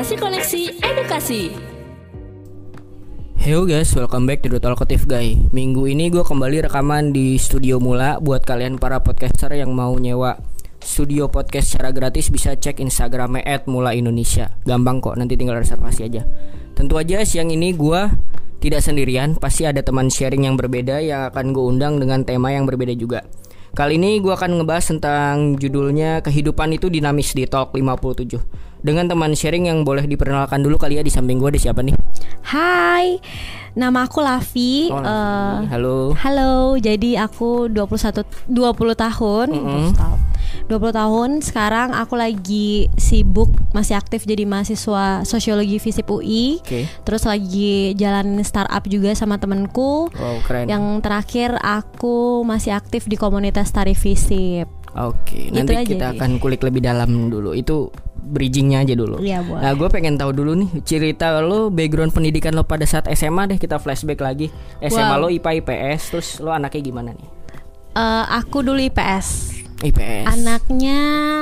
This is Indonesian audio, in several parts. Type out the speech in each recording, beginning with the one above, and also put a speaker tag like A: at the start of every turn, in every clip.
A: Kasih koneksi edukasi.
B: Hello guys, welcome back to The Talkative Guy. Minggu ini gue kembali rekaman di Studio Mula. Buat kalian para podcaster yang mau nyewa studio podcast secara gratis, bisa cek Instagramnya @mulaindonesia. Gampang kok, nanti tinggal reservasi aja. Tentu aja siang ini gue tidak sendirian. Pasti ada teman sharing yang berbeda yang akan gue undang dengan tema yang berbeda juga. Kali ini gue akan ngebahas tentang judulnya Kehidupan itu Dinamis di Talk 57. Dengan teman sharing yang boleh diperkenalkan dulu kali ya. Di samping gue ada siapa nih?
C: Hai, nama aku Lavi.
B: Halo.
C: Halo, jadi aku 20 tahun. 20 tahun. Sekarang aku lagi sibuk, masih aktif jadi mahasiswa Sosiologi FISIP UI. Terus lagi jalanin startup juga sama temenku.
B: Wow, keren.
C: Yang terakhir aku masih aktif di komunitas tari FISIP.
B: Oke,
C: Gitu
B: nanti
C: aja
B: kita
C: deh.
B: akan kulik lebih dalam dulu. Itu bridgingnya aja dulu.
C: Iya, boleh.
B: Nah, gue pengen tahu dulu nih cerita lo, background pendidikan lo pada saat SMA deh. Kita flashback lagi. SMA lo IPA IPS, terus lo anaknya gimana nih?
C: Aku dulu IPS.
B: IPS.
C: Anaknya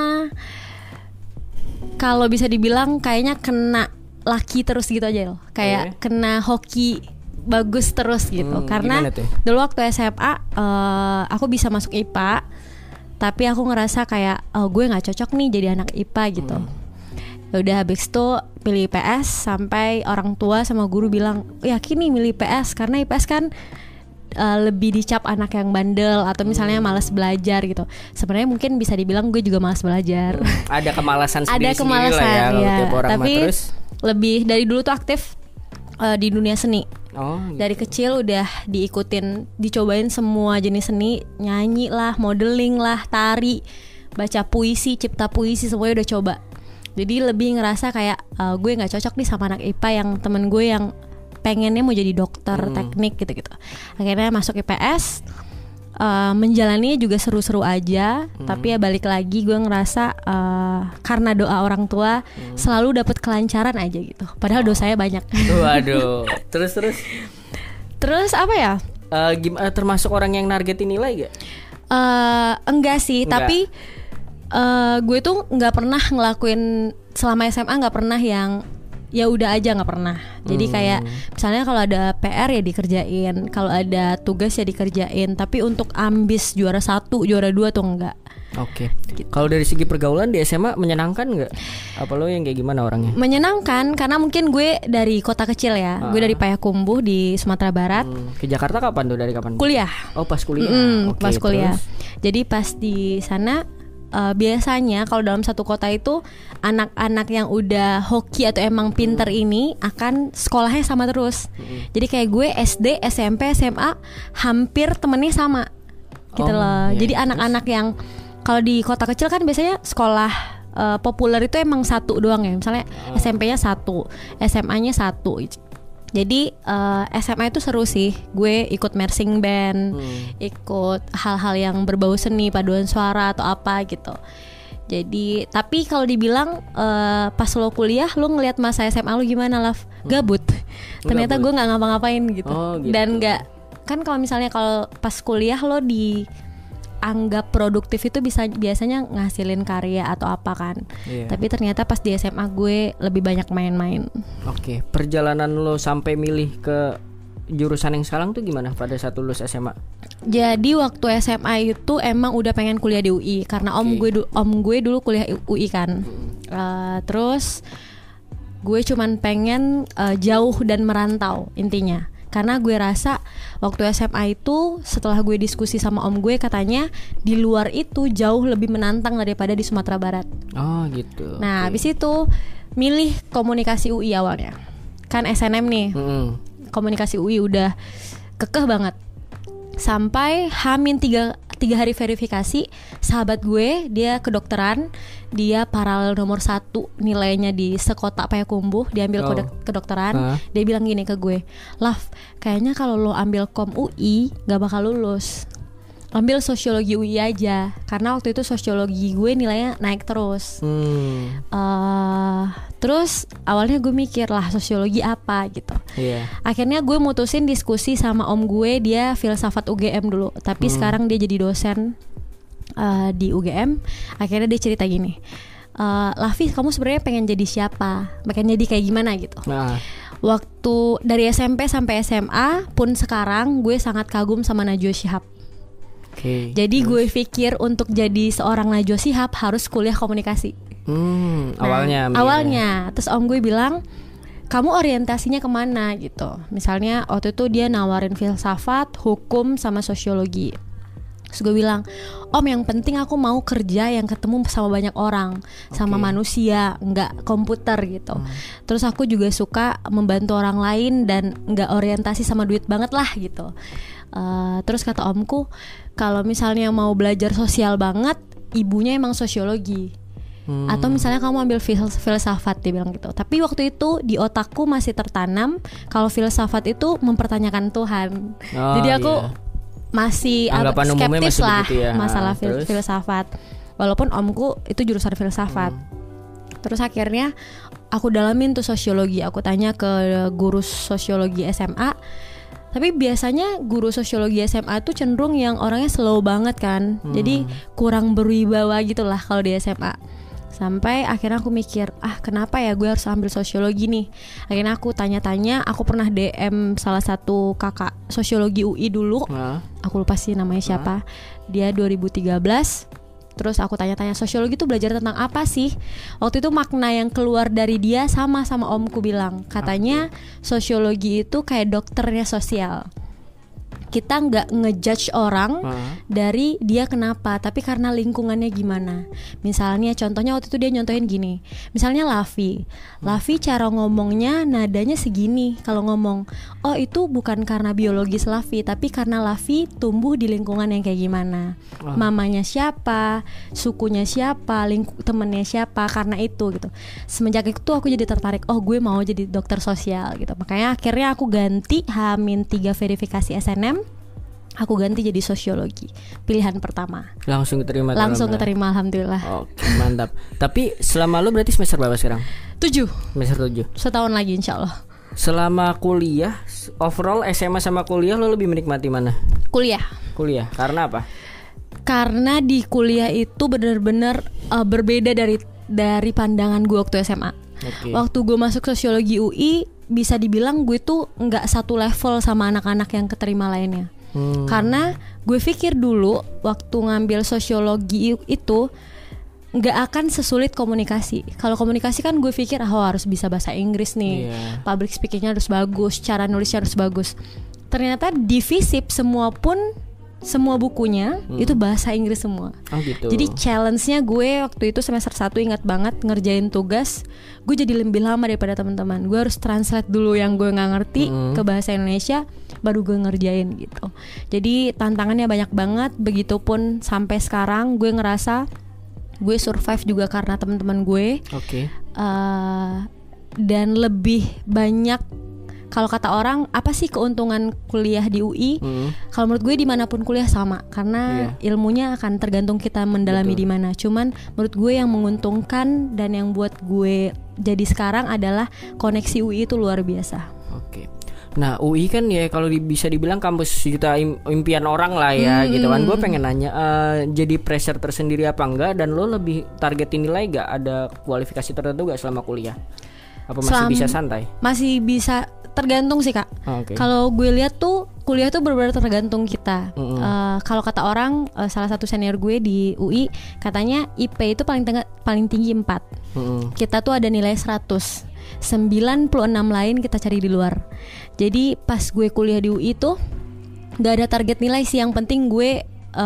C: kalau bisa dibilang kayaknya kena laki terus gitu aja loh. Kayak kena hoki bagus terus gitu. Karena dulu waktu SMA aku bisa masuk IPA, tapi aku ngerasa kayak gue nggak cocok nih jadi anak IPA gitu. Udah habis itu pilih IPS sampai orang tua sama guru bilang yakin nih milih IPS karena IPS kan lebih dicap anak yang bandel atau misalnya malas belajar gitu. Sebenarnya mungkin bisa dibilang gue juga malas belajar.
B: Ada kemalasan
C: Ada
B: sendiri-sendiri
C: kemalasan
B: lah ya, kalau
C: ya.
B: tiap orang mah.
C: Tapi
B: Terus
C: lebih dari dulu tuh aktif di dunia seni.
B: gitu.
C: Dari kecil udah dicobain semua jenis seni, nyanyi lah, modeling lah, tari, baca puisi, cipta puisi, semuanya udah coba. Jadi lebih ngerasa kayak gue nggak cocok nih sama anak IPA yang temen gue yang pengennya mau jadi dokter teknik gitu-gitu. Akhirnya masuk IPS, menjalaninya juga seru-seru aja. Tapi ya balik lagi gue ngerasa karena doa orang tua selalu dapet kelancaran aja gitu. Padahal dosanya banyak.
B: Waduh. Terus
C: apa ya?
B: Termasuk orang yang nargetin nilai gak?
C: Enggak sih,
B: Enggak.
C: tapi gue tuh nggak pernah ngelakuin selama SMA, nggak pernah yang ya udah aja, nggak pernah. Jadi kayak misalnya kalau ada PR ya dikerjain, kalau ada tugas ya dikerjain. Tapi untuk ambis juara 1, juara 2 tuh enggak.
B: Oke. Kalau dari segi pergaulan di SMA menyenangkan nggak? Apa lo yang kayak gimana orangnya?
C: Menyenangkan karena mungkin gue dari kota kecil ya. Gue dari Payakumbuh di Sumatera Barat.
B: Ke Jakarta kapan tuh, dari kapan?
C: Kuliah.
B: Oh, pas kuliah. Oke,
C: Pas kuliah.
B: terus?
C: Jadi pas di sana biasanya kalau dalam satu kota itu anak-anak yang udah hoki atau emang pinter ini akan sekolahnya sama terus. Jadi kayak gue SD, SMP, SMA hampir temennya sama gitu loh.
B: Iya.
C: Jadi anak-anak yang kalau di kota kecil kan biasanya sekolah populer itu emang satu doang ya. Misalnya SMP-nya satu, SMA-nya satu. Jadi SMA itu seru sih. Gue ikut marching band, ikut hal-hal yang berbau seni, paduan suara atau apa gitu. Jadi tapi kalau dibilang pas lo kuliah, lo ngelihat masa SMA lo gimana, Laf? Gabut. Ternyata gue nggak ngapa-ngapain gitu.
B: Gitu.
C: Dan nggak, kan kalau misalnya kalau pas kuliah lo dianggap produktif itu biasanya ngasilin karya atau apa kan. Tapi ternyata pas di SMA gue lebih banyak main-main.
B: Oke, perjalanan lo sampai milih ke jurusan yang sekarang tuh gimana pada saat lulus SMA?
C: Jadi waktu SMA itu emang udah pengen kuliah di UI karena om gue dulu kuliah UI kan. Terus gue cuman pengen jauh dan merantau intinya. Karena gue rasa waktu SMA itu setelah gue diskusi sama om gue, katanya di luar itu jauh lebih menantang daripada di Sumatera Barat.
B: Oh gitu.
C: Nah habis itu milih komunikasi UI awalnya. Kan SNM nih, komunikasi UI udah kekeh banget. Sampai H-3 hari verifikasi, sahabat gue dia kedokteran, dia paralel nomor 1 nilainya di sekota Payakumbuh, dia ambil kedokteran. Dia bilang gini ke gue, Laf, kayaknya kalau lo ambil kom UI gak bakal lulus, ambil sosiologi UI aja. Karena waktu itu sosiologi gue nilainya naik terus. Terus awalnya gue mikir lah sosiologi apa gitu. Akhirnya gue mutusin diskusi sama om gue, dia filsafat UGM dulu, tapi sekarang dia jadi dosen di UGM. Akhirnya dia cerita gini, Lavi kamu sebenarnya pengen jadi siapa, pengen jadi kayak gimana gitu. Waktu dari SMP sampai SMA pun sekarang gue sangat kagum sama Najwa Shihab. Jadi gue pikir untuk jadi seorang Najwa Shihab harus kuliah komunikasi. Awalnya terus om gue bilang, kamu orientasinya kemana gitu. Misalnya waktu itu dia nawarin filsafat, hukum, sama sosiologi. Terus gue bilang, om yang penting aku mau kerja yang ketemu sama banyak orang, sama manusia, nggak komputer gitu. Terus aku juga suka membantu orang lain dan nggak orientasi sama duit banget lah gitu. Terus kata omku, kalau misalnya mau belajar sosial banget, ibunya emang sosiologi. Atau misalnya kamu ambil filsafat, dia bilang gitu. Tapi waktu itu di otakku masih tertanam kalau filsafat itu mempertanyakan Tuhan. Jadi aku masih skeptis lah masalah filsafat. Walaupun omku itu jurusan filsafat. Terus akhirnya aku dalamin tuh sosiologi. Aku tanya ke guru sosiologi SMA. Tapi biasanya guru sosiologi SMA tuh cenderung yang orangnya slow banget kan. Jadi kurang berwibawa gitu lah kalau di SMA. Sampai akhirnya aku mikir, kenapa ya gue harus ambil sosiologi nih. Akhirnya aku tanya-tanya, aku pernah DM salah satu kakak sosiologi UI dulu. Aku lupa sih namanya siapa. Dia 2013. Terus aku tanya-tanya, sosiologi itu belajar tentang apa sih? Waktu itu makna yang keluar dari dia sama omku bilang. Katanya sosiologi itu kayak dokternya sosial. Kita nggak ngejudge orang dari dia kenapa, tapi karena lingkungannya gimana. Misalnya contohnya waktu itu dia nyontohin gini. Misalnya Lavi cara ngomongnya nadanya segini. Kalau ngomong, itu bukan karena biologis Lavi, tapi karena Lavi tumbuh di lingkungan yang kayak gimana. Mamanya siapa, sukunya siapa, temennya siapa, karena itu gitu. Semenjak itu aku jadi tertarik, gue mau jadi dokter sosial gitu. Makanya akhirnya aku ganti H-3 verifikasi SNM. Aku ganti jadi sosiologi. Pilihan pertama.
B: Langsung keterima.
C: Alhamdulillah.
B: Oke, mantap. Tapi selama lu berarti semester berapa sekarang?
C: 7.
B: Semester 7.
C: Setahun lagi insyaallah.
B: Selama kuliah, overall SMA sama kuliah lu lebih menikmati mana?
C: Kuliah.
B: Karena apa?
C: Karena di kuliah itu benar-benar berbeda dari pandangan gue waktu SMA. Waktu gue masuk sosiologi UI, bisa dibilang gue tuh nggak satu level sama anak-anak yang keterima lainnya. Karena gue pikir dulu waktu ngambil sosiologi itu nggak akan sesulit komunikasi. Kalau komunikasi kan gue pikir harus bisa bahasa Inggris nih, public speakingnya harus bagus, cara nulisnya harus bagus. Ternyata di FISIP semua bukunya itu bahasa Inggris semua.
B: Gitu.
C: Jadi challenge-nya gue waktu itu semester 1 ingat banget ngerjain tugas, gue jadi lebih lama daripada teman-teman. Gue harus translate dulu yang gue nggak ngerti ke bahasa Indonesia, baru gue ngerjain gitu. Jadi tantangannya banyak banget. Begitupun sampai sekarang gue ngerasa gue survive juga karena teman-teman gue. Dan lebih banyak. Kalau kata orang, apa sih keuntungan kuliah di UI? Kalau menurut gue dimanapun kuliah sama, karena ilmunya akan tergantung kita mendalami di mana. Cuman menurut gue yang menguntungkan dan yang buat gue jadi sekarang adalah koneksi UI itu luar biasa.
B: Nah UI kan ya kalau bisa dibilang kampus juta impian orang lah ya gitu kan. Gue pengen nanya, jadi pressure tersendiri apa enggak? Dan lo lebih targetin nilai gak? Ada kualifikasi tertentu gak selama kuliah? Apa masih bisa santai? Masih bisa.
C: Tergantung sih kak. Kalau gue lihat tuh kuliah tuh benar-benar tergantung kita. Kalau kata orang, salah satu senior gue di UI katanya IP itu paling tinggi 4. Kita tuh ada nilai 100. 96 lain kita cari di luar. Jadi pas gue kuliah di UI tuh nggak ada target nilai sih. Yang penting gue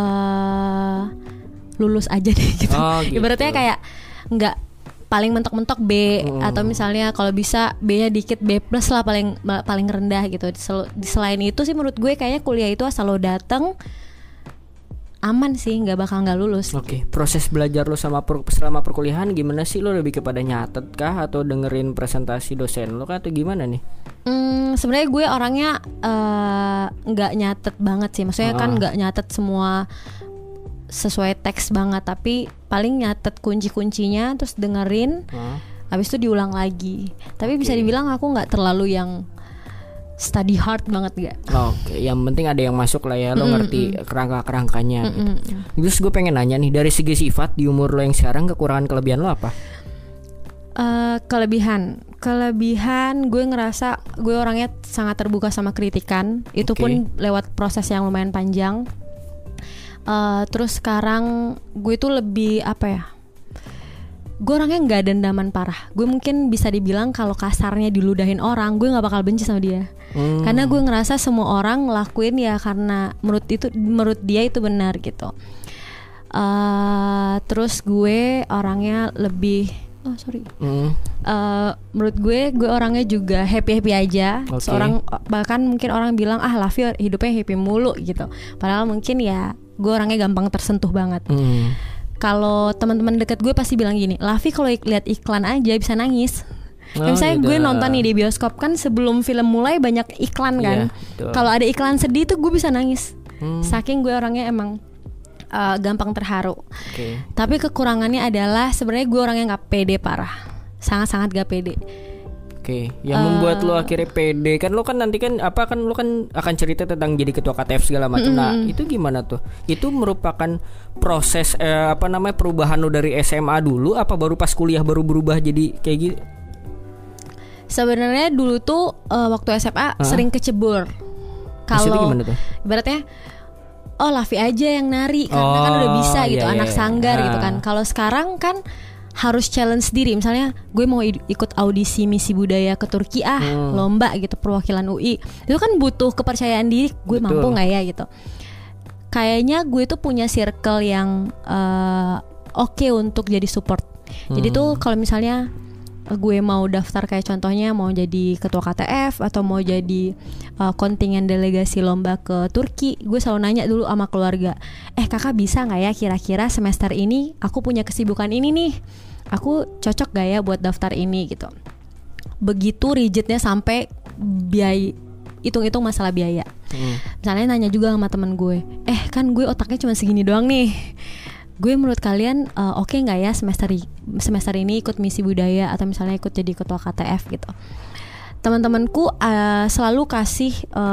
C: lulus aja deh gitu. Ibaratnya kayak nggak paling mentok-mentok B atau misalnya kalau bisa B-nya dikit B+ lah paling rendah gitu. Selain itu sih menurut gue kayaknya kuliah itu asal lo dateng aman sih, nggak bakal nggak lulus.
B: Proses belajar lo selama perkuliahan gimana sih? Lo lebih kepada nyatet kah atau dengerin presentasi dosen lo kah atau gimana nih?
C: Sebenarnya gue orangnya nggak nyatet banget sih. Maksudnya kan nggak nyatet semua sesuai teks banget, tapi paling nyatet kunci-kuncinya terus dengerin, habis itu diulang lagi. Tapi bisa dibilang aku nggak terlalu yang study hard banget gak.
B: Oke, yang penting ada yang masuk lah ya, lo ngerti kerangka-kerangkanya gitu. Terus gue pengen nanya nih, dari segi sifat di umur lo yang sekarang, kekurangan kelebihan lo apa?
C: Kelebihan gue ngerasa gue orangnya sangat terbuka sama kritikan. Itu pun lewat proses yang lumayan panjang. Terus sekarang gue tuh lebih apa ya, gue orangnya gak dendaman parah. Gue mungkin bisa dibilang kalau kasarnya diludahin orang, gue gak bakal benci sama dia. Karena gue ngerasa semua orang ngelakuin ya karena menurut dia itu benar gitu. Terus gue orangnya lebih menurut gue orangnya juga happy aja. Seorang bahkan mungkin orang bilang Lavi hidupnya happy mulu gitu. Padahal mungkin ya gue orangnya gampang tersentuh banget. Kalau teman-teman deket gue pasti bilang gini, Lavi kalau lihat iklan aja bisa nangis. Misalnya gue nonton nih di bioskop kan, sebelum film mulai banyak iklan kan. Kalau ada iklan sedih tuh gue bisa nangis. Saking gue orangnya emang gampang terharu. Tapi kekurangannya adalah sebenarnya gue orangnya nggak pede parah, sangat-sangat gak pede. Yang membuat lo akhirnya pede kan, lo kan nanti kan lo kan akan cerita tentang jadi ketua KTF segala macam. Nah itu gimana tuh? Itu merupakan proses perubahan lo dari SMA dulu, apa baru pas kuliah baru berubah jadi kayak gitu? Sebenarnya dulu tuh waktu SMA sering kecebur. Kalau ibaratnya Lavi aja yang nari karena kan udah bisa gitu, anak sanggar gitu kan. Kalau sekarang kan harus challenge diri. Misalnya gue mau ikut audisi misi budaya ke Turki, lomba gitu perwakilan UI. Itu kan butuh kepercayaan diri, gue mampu gak ya gitu. Kayaknya gue tuh punya circle yang oke untuk jadi support. Jadi tuh kalau misalnya gue mau daftar kayak contohnya mau jadi ketua KTF atau mau jadi kontingen delegasi lomba ke Turki, gue selalu nanya dulu sama keluarga, kakak bisa gak ya kira-kira semester ini aku punya kesibukan ini nih, aku cocok gak ya buat daftar ini gitu. Begitu rigidnya sampai biaya, hitung-hitung masalah biaya. Misalnya nanya juga sama temen gue, kan gue otaknya cuma segini doang nih, gue menurut kalian oke nggak ya semester ini ikut misi budaya atau misalnya ikut jadi ketua KTF gitu. Teman-temanku selalu kasih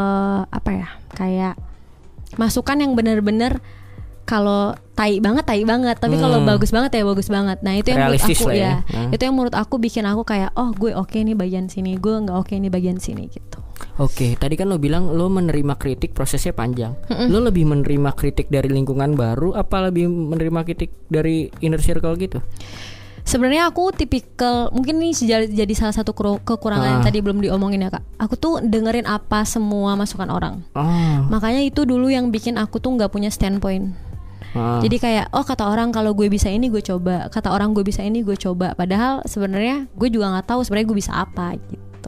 C: kayak masukan yang benar-benar kalau tai banget tapi kalau bagus banget ya bagus banget. Nah itu yang realistis menurut aku itu yang menurut aku bikin aku kayak gue oke nih bagian sini, gue nggak oke nih bagian sini gitu.
B: Tadi kan lo bilang lo menerima kritik prosesnya panjang. Lo lebih menerima kritik dari lingkungan baru apa lebih menerima kritik dari inner circle gitu?
C: Sebenarnya aku tipikal, mungkin ini jadi salah satu kekurangan yang tadi belum diomongin ya Kak. Aku tuh dengerin apa semua masukan orang. Makanya itu dulu yang bikin aku tuh nggak punya standpoint. Jadi kayak kata orang kalau gue bisa ini gue coba, kata orang gue bisa ini gue coba. Padahal sebenarnya gue juga nggak tahu sebenarnya gue bisa apa gitu.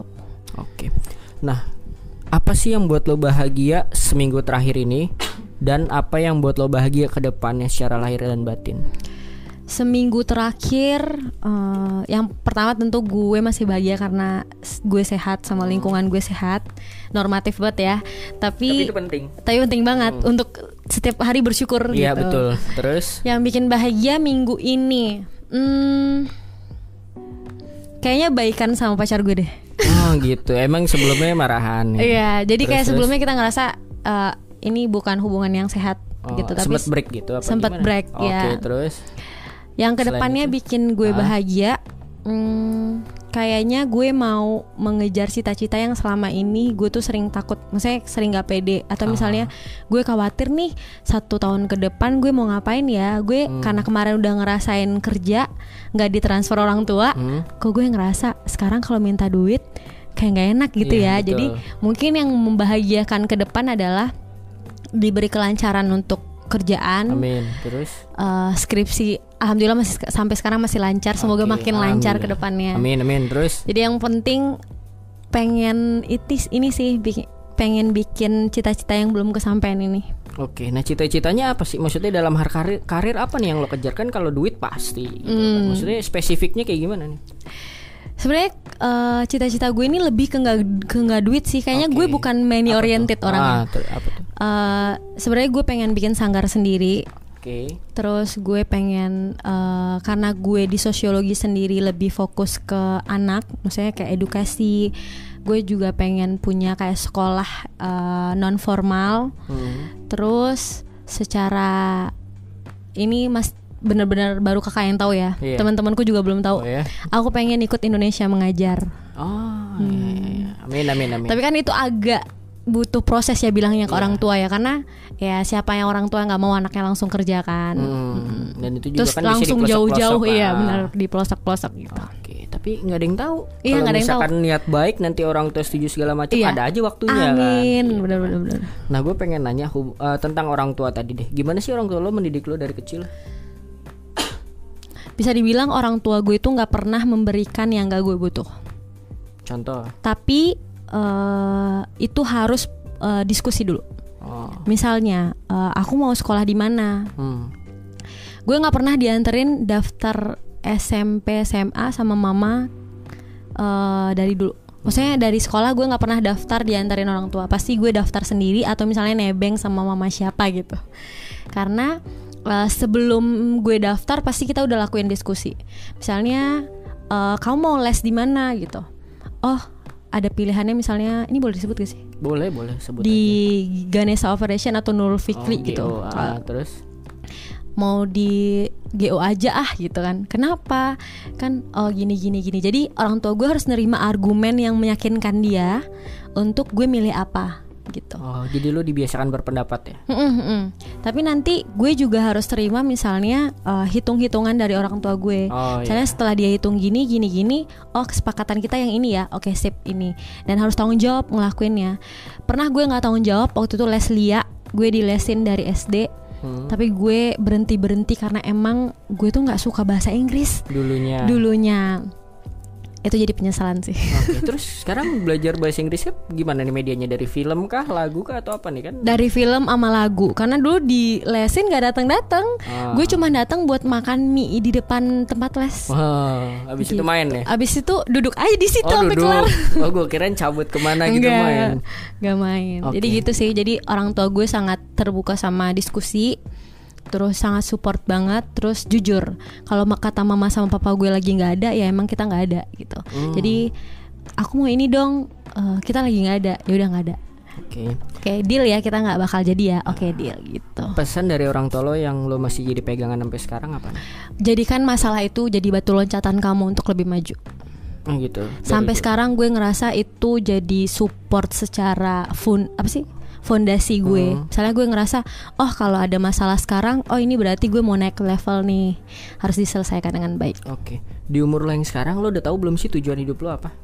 B: Nah, apa sih yang buat lo bahagia seminggu terakhir ini, dan apa yang buat lo bahagia ke depannya secara lahir dan batin?
C: Seminggu terakhir, yang pertama tentu gue masih bahagia karena gue sehat sama lingkungan gue sehat. Normatif banget ya. Tapi
B: itu penting.
C: Tapi penting banget untuk setiap hari bersyukur gitu.
B: Iya betul. Terus? Yang
C: bikin bahagia minggu ini, kayaknya baikan sama pacar gue deh.
B: Gitu. Emang sebelumnya marahan.
C: Iya. Jadi kayak sebelumnya kita ngerasa ini bukan hubungan yang sehat gitu. Tapi
B: sempat break gitu.
C: Sempat break ya.
B: Terus?
C: Yang kedepannya bikin gue bahagia, kayaknya gue mau mengejar cita-cita yang selama ini gue tuh sering takut, maksudnya sering gak pede. Atau misalnya gue khawatir nih 1 tahun ke depan gue mau ngapain ya. Gue karena kemarin udah ngerasain kerja gak ditransfer orang tua, kok gue ngerasa sekarang kalau minta duit kayak gak enak gitu ya. Betul. Jadi mungkin yang membahagiakan ke depan adalah diberi kelancaran untuk kerjaan.
B: Amin. Terus
C: skripsi alhamdulillah masih sampai sekarang masih lancar. Semoga makin lancar ke depannya.
B: Amin. Terus
C: jadi yang penting pengen ini sih pengen bikin cita-cita yang belum kesampaian ini.
B: Nah cita-citanya apa sih? Maksudnya dalam hal karir apa nih yang lo kejar? Kan kalau duit pasti gitu kan. Maksudnya spesifiknya kayak gimana nih?
C: Sebenarnya cita-cita gue ini lebih ke nggak duit sih. Kayaknya gue bukan money oriented orangnya.
B: Apa tuh?
C: Sebenarnya gue pengen bikin sanggar sendiri.
B: Oke.
C: Terus gue pengen karena gue di sosiologi sendiri lebih fokus ke anak, maksudnya kayak edukasi. Gue juga pengen punya kayak sekolah non formal. Terus secara ini benar-benar baru kakak yang tahu ya.
B: Iya.
C: Teman-temanku juga belum tahu.
B: Oh, ya?
C: Aku pengen ikut Indonesia Mengajar.
B: Oh, iya. Amin.
C: Tapi kan itu agak butuh proses ya bilangnya ke orang tua ya, karena ya siapa yang orang tua nggak mau anaknya langsung kerja kan.
B: Dan itu juga
C: Terus
B: kan bisa
C: langsung
B: di pelosok-pelosok,
C: jauh-jauh iya benar di pelosok-pelosok gitu.
B: Oke, tapi nggak ada yang tahu.
C: Iya,
B: Kalau
C: nggak ada yang
B: misalkan niat baik nanti orang tua setuju segala macam,
C: Iya.
B: ada aja waktunya
C: Amin,
B: kan.
C: benar.
B: Nah, gue pengen nanya tentang orang tua tadi deh. Gimana sih orang tua lo mendidik lo dari kecil?
C: Bisa dibilang orang tua gue itu nggak pernah memberikan yang nggak gue butuh.
B: Contoh.
C: Tapi itu harus diskusi dulu. Misalnya aku mau sekolah di mana. Gue nggak pernah dianterin daftar SMP SMA sama mama dari dulu. Maksudnya dari sekolah gue nggak pernah daftar diantarin orang tua. Pasti gue daftar sendiri atau misalnya nebeng sama mama siapa gitu. Karena sebelum gue daftar pasti kita udah lakuin diskusi. Misalnya kamu mau les di mana gitu. Oh, ada pilihannya misalnya, ini boleh disebut gak sih?
B: Boleh sebut
C: di
B: aja.
C: Ganesha Operation atau Nurul Fikri gitu.
B: Terus
C: Mau di GO aja gitu kan. Kenapa? Kan gini. Jadi orang tua gue harus nerima argumen yang meyakinkan dia untuk gue milih apa gitu.
B: Jadi lo dibiasakan berpendapat ya?
C: Tapi nanti gue juga harus terima misalnya hitung-hitungan dari orang tua gue. Misalnya setelah dia hitung gini, kesepakatan kita yang ini ya, oke sip ini. Dan harus tanggung jawab ngelakuinnya. Pernah gue nggak tanggung jawab waktu itu les LIA, gue dilesin dari SD. Tapi gue berhenti karena emang gue tuh nggak suka bahasa Inggris dulunya. Itu jadi penyesalan sih.
B: Oke, terus sekarang belajar bahasa Inggrisnya gimana nih medianya? Dari film kah, lagu kah, atau apa nih kan?
C: Dari film sama lagu. Karena dulu di lesin gak datang. Gue cuma datang buat makan mie di depan tempat les.
B: Abis itu main ya?
C: Abis itu duduk aja di situ sampai kelar.
B: Gue kirain cabut kemana gitu main.
C: Gak main.
B: Okay.
C: Jadi gitu sih. Jadi orang tua gue sangat terbuka sama diskusi. Terus sangat support banget. Terus jujur, kalau kata mama sama papa gue lagi nggak ada, ya emang kita nggak ada gitu. Jadi aku mau ini dong, kita lagi nggak ada, ya udah nggak ada. Oke, deal ya, kita nggak bakal jadi ya. Oke, deal gitu.
B: Pesan dari orang tua lo yang lo masih jadi pegangan sampai sekarang apa?
C: Jadikan masalah itu jadi batu loncatan kamu untuk lebih maju.
B: Gitu.
C: Sampai sekarang gue ngerasa itu jadi support secara fondasi gue. Misalnya gue ngerasa, kalau ada masalah sekarang, ini berarti gue mau naik level nih, harus diselesaikan dengan baik.
B: Oke. Di umur lo yang sekarang, lo udah tahu belum sih tujuan hidup lo apa?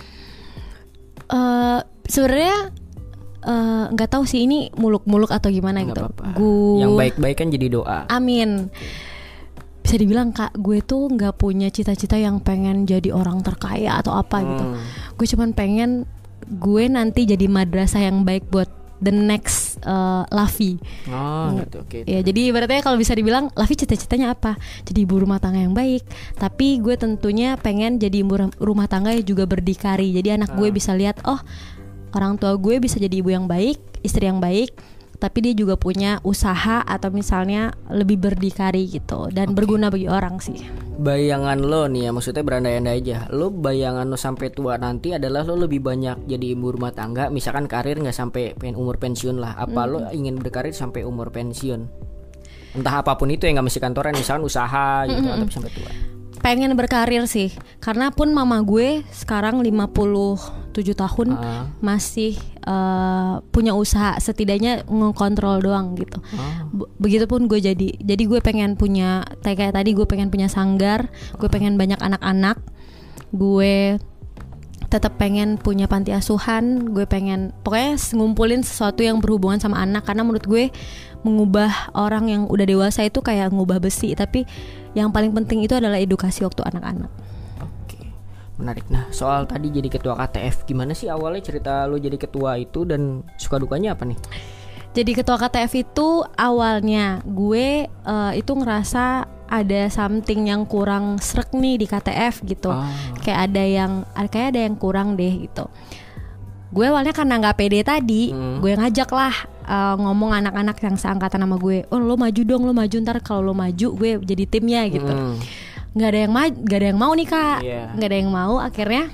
C: Sebenarnya nggak tahu sih, ini muluk-muluk atau gimana gitu.
B: Yang baik-baik kan jadi doa.
C: Amin. Bisa dibilang kak, gue tuh nggak punya cita-cita yang pengen jadi orang terkaya atau apa gitu. Gue cuman pengen gue nanti jadi madrasah yang baik buat the next Lavi.
B: Gitu. Okay.
C: Ya, jadi ibaratnya kalau bisa dibilang Lavi cita-citanya apa? Jadi ibu rumah tangga yang baik. Tapi gue tentunya pengen jadi ibu rumah tangga yang juga berdikari. Jadi anak gue bisa lihat, orang tua gue bisa jadi ibu yang baik, istri yang baik, tapi dia juga punya usaha atau misalnya lebih berdikari gitu dan berguna bagi orang sih.
B: Bayangan lo nih ya, maksudnya berandai-andai aja, lo bayangan lo sampai tua nanti adalah lo lebih banyak jadi ibu rumah tangga, misalkan karir nggak sampai umur pensiun lah, apa lo ingin berkarir sampai umur pensiun? Entah apapun itu yang nggak mesti kantoran, misalkan usaha gitu atau sampai tua.
C: Pengen berkarir sih, karena pun mama gue sekarang 57 tahun masih punya usaha, setidaknya ngekontrol doang gitu. Begitupun gue jadi gue pengen punya, kayak tadi gue pengen punya sanggar, gue pengen banyak anak-anak, gue tetap pengen punya panti asuhan, gue pengen pokoknya ngumpulin sesuatu yang berhubungan sama anak, karena menurut gue mengubah orang yang udah dewasa itu kayak ngubah besi, tapi yang paling penting itu adalah edukasi waktu anak-anak.
B: Oke, menarik. Nah, soal tadi jadi ketua KTF, gimana sih awalnya cerita lo jadi ketua itu dan suka dukanya apa nih?
C: Jadi ketua KTF itu awalnya gue itu ngerasa ada something yang kurang srek nih di KTF gitu. Kayak ada yang kurang deh gitu. Gue awalnya karena nggak pede tadi, gue ngajak lah ngomong anak-anak yang seangkatan sama gue, oh lo maju dong, lo maju, ntar kalau lo maju gue jadi timnya gitu. Nggak ada yang mau nih kak, nggak ada yang mau. Akhirnya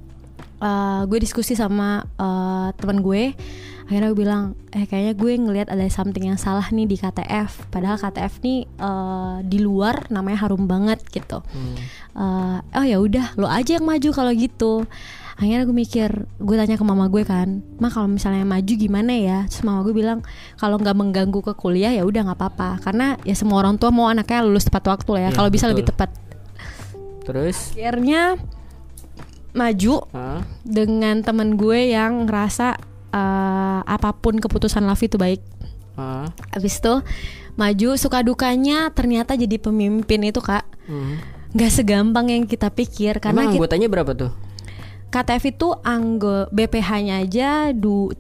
C: gue diskusi sama teman gue. Akhirnya gue bilang, kayaknya gue ngelihat ada something yang salah nih di KTF. Padahal KTF nih di luar namanya harum banget gitu. Oh ya udah, lo aja yang maju kalau gitu. Akhirnya gue mikir, gue tanya ke mama gue kan, Ma kalau misalnya maju gimana ya? Terus mama gue bilang, kalau nggak mengganggu ke kuliah ya udah nggak apa-apa. Karena ya semua orang tua mau anaknya lulus tepat waktu lah ya. Kalau bisa lebih tepat.
B: Terus?
C: Akhirnya maju dengan temen gue yang ngerasa apapun keputusan Lavi itu baik. Abis itu maju, suka dukanya ternyata jadi pemimpin itu kak nggak segampang yang kita pikir. Karena
B: anggotanya berapa tuh?
C: KTF itu BPH-nya aja 32.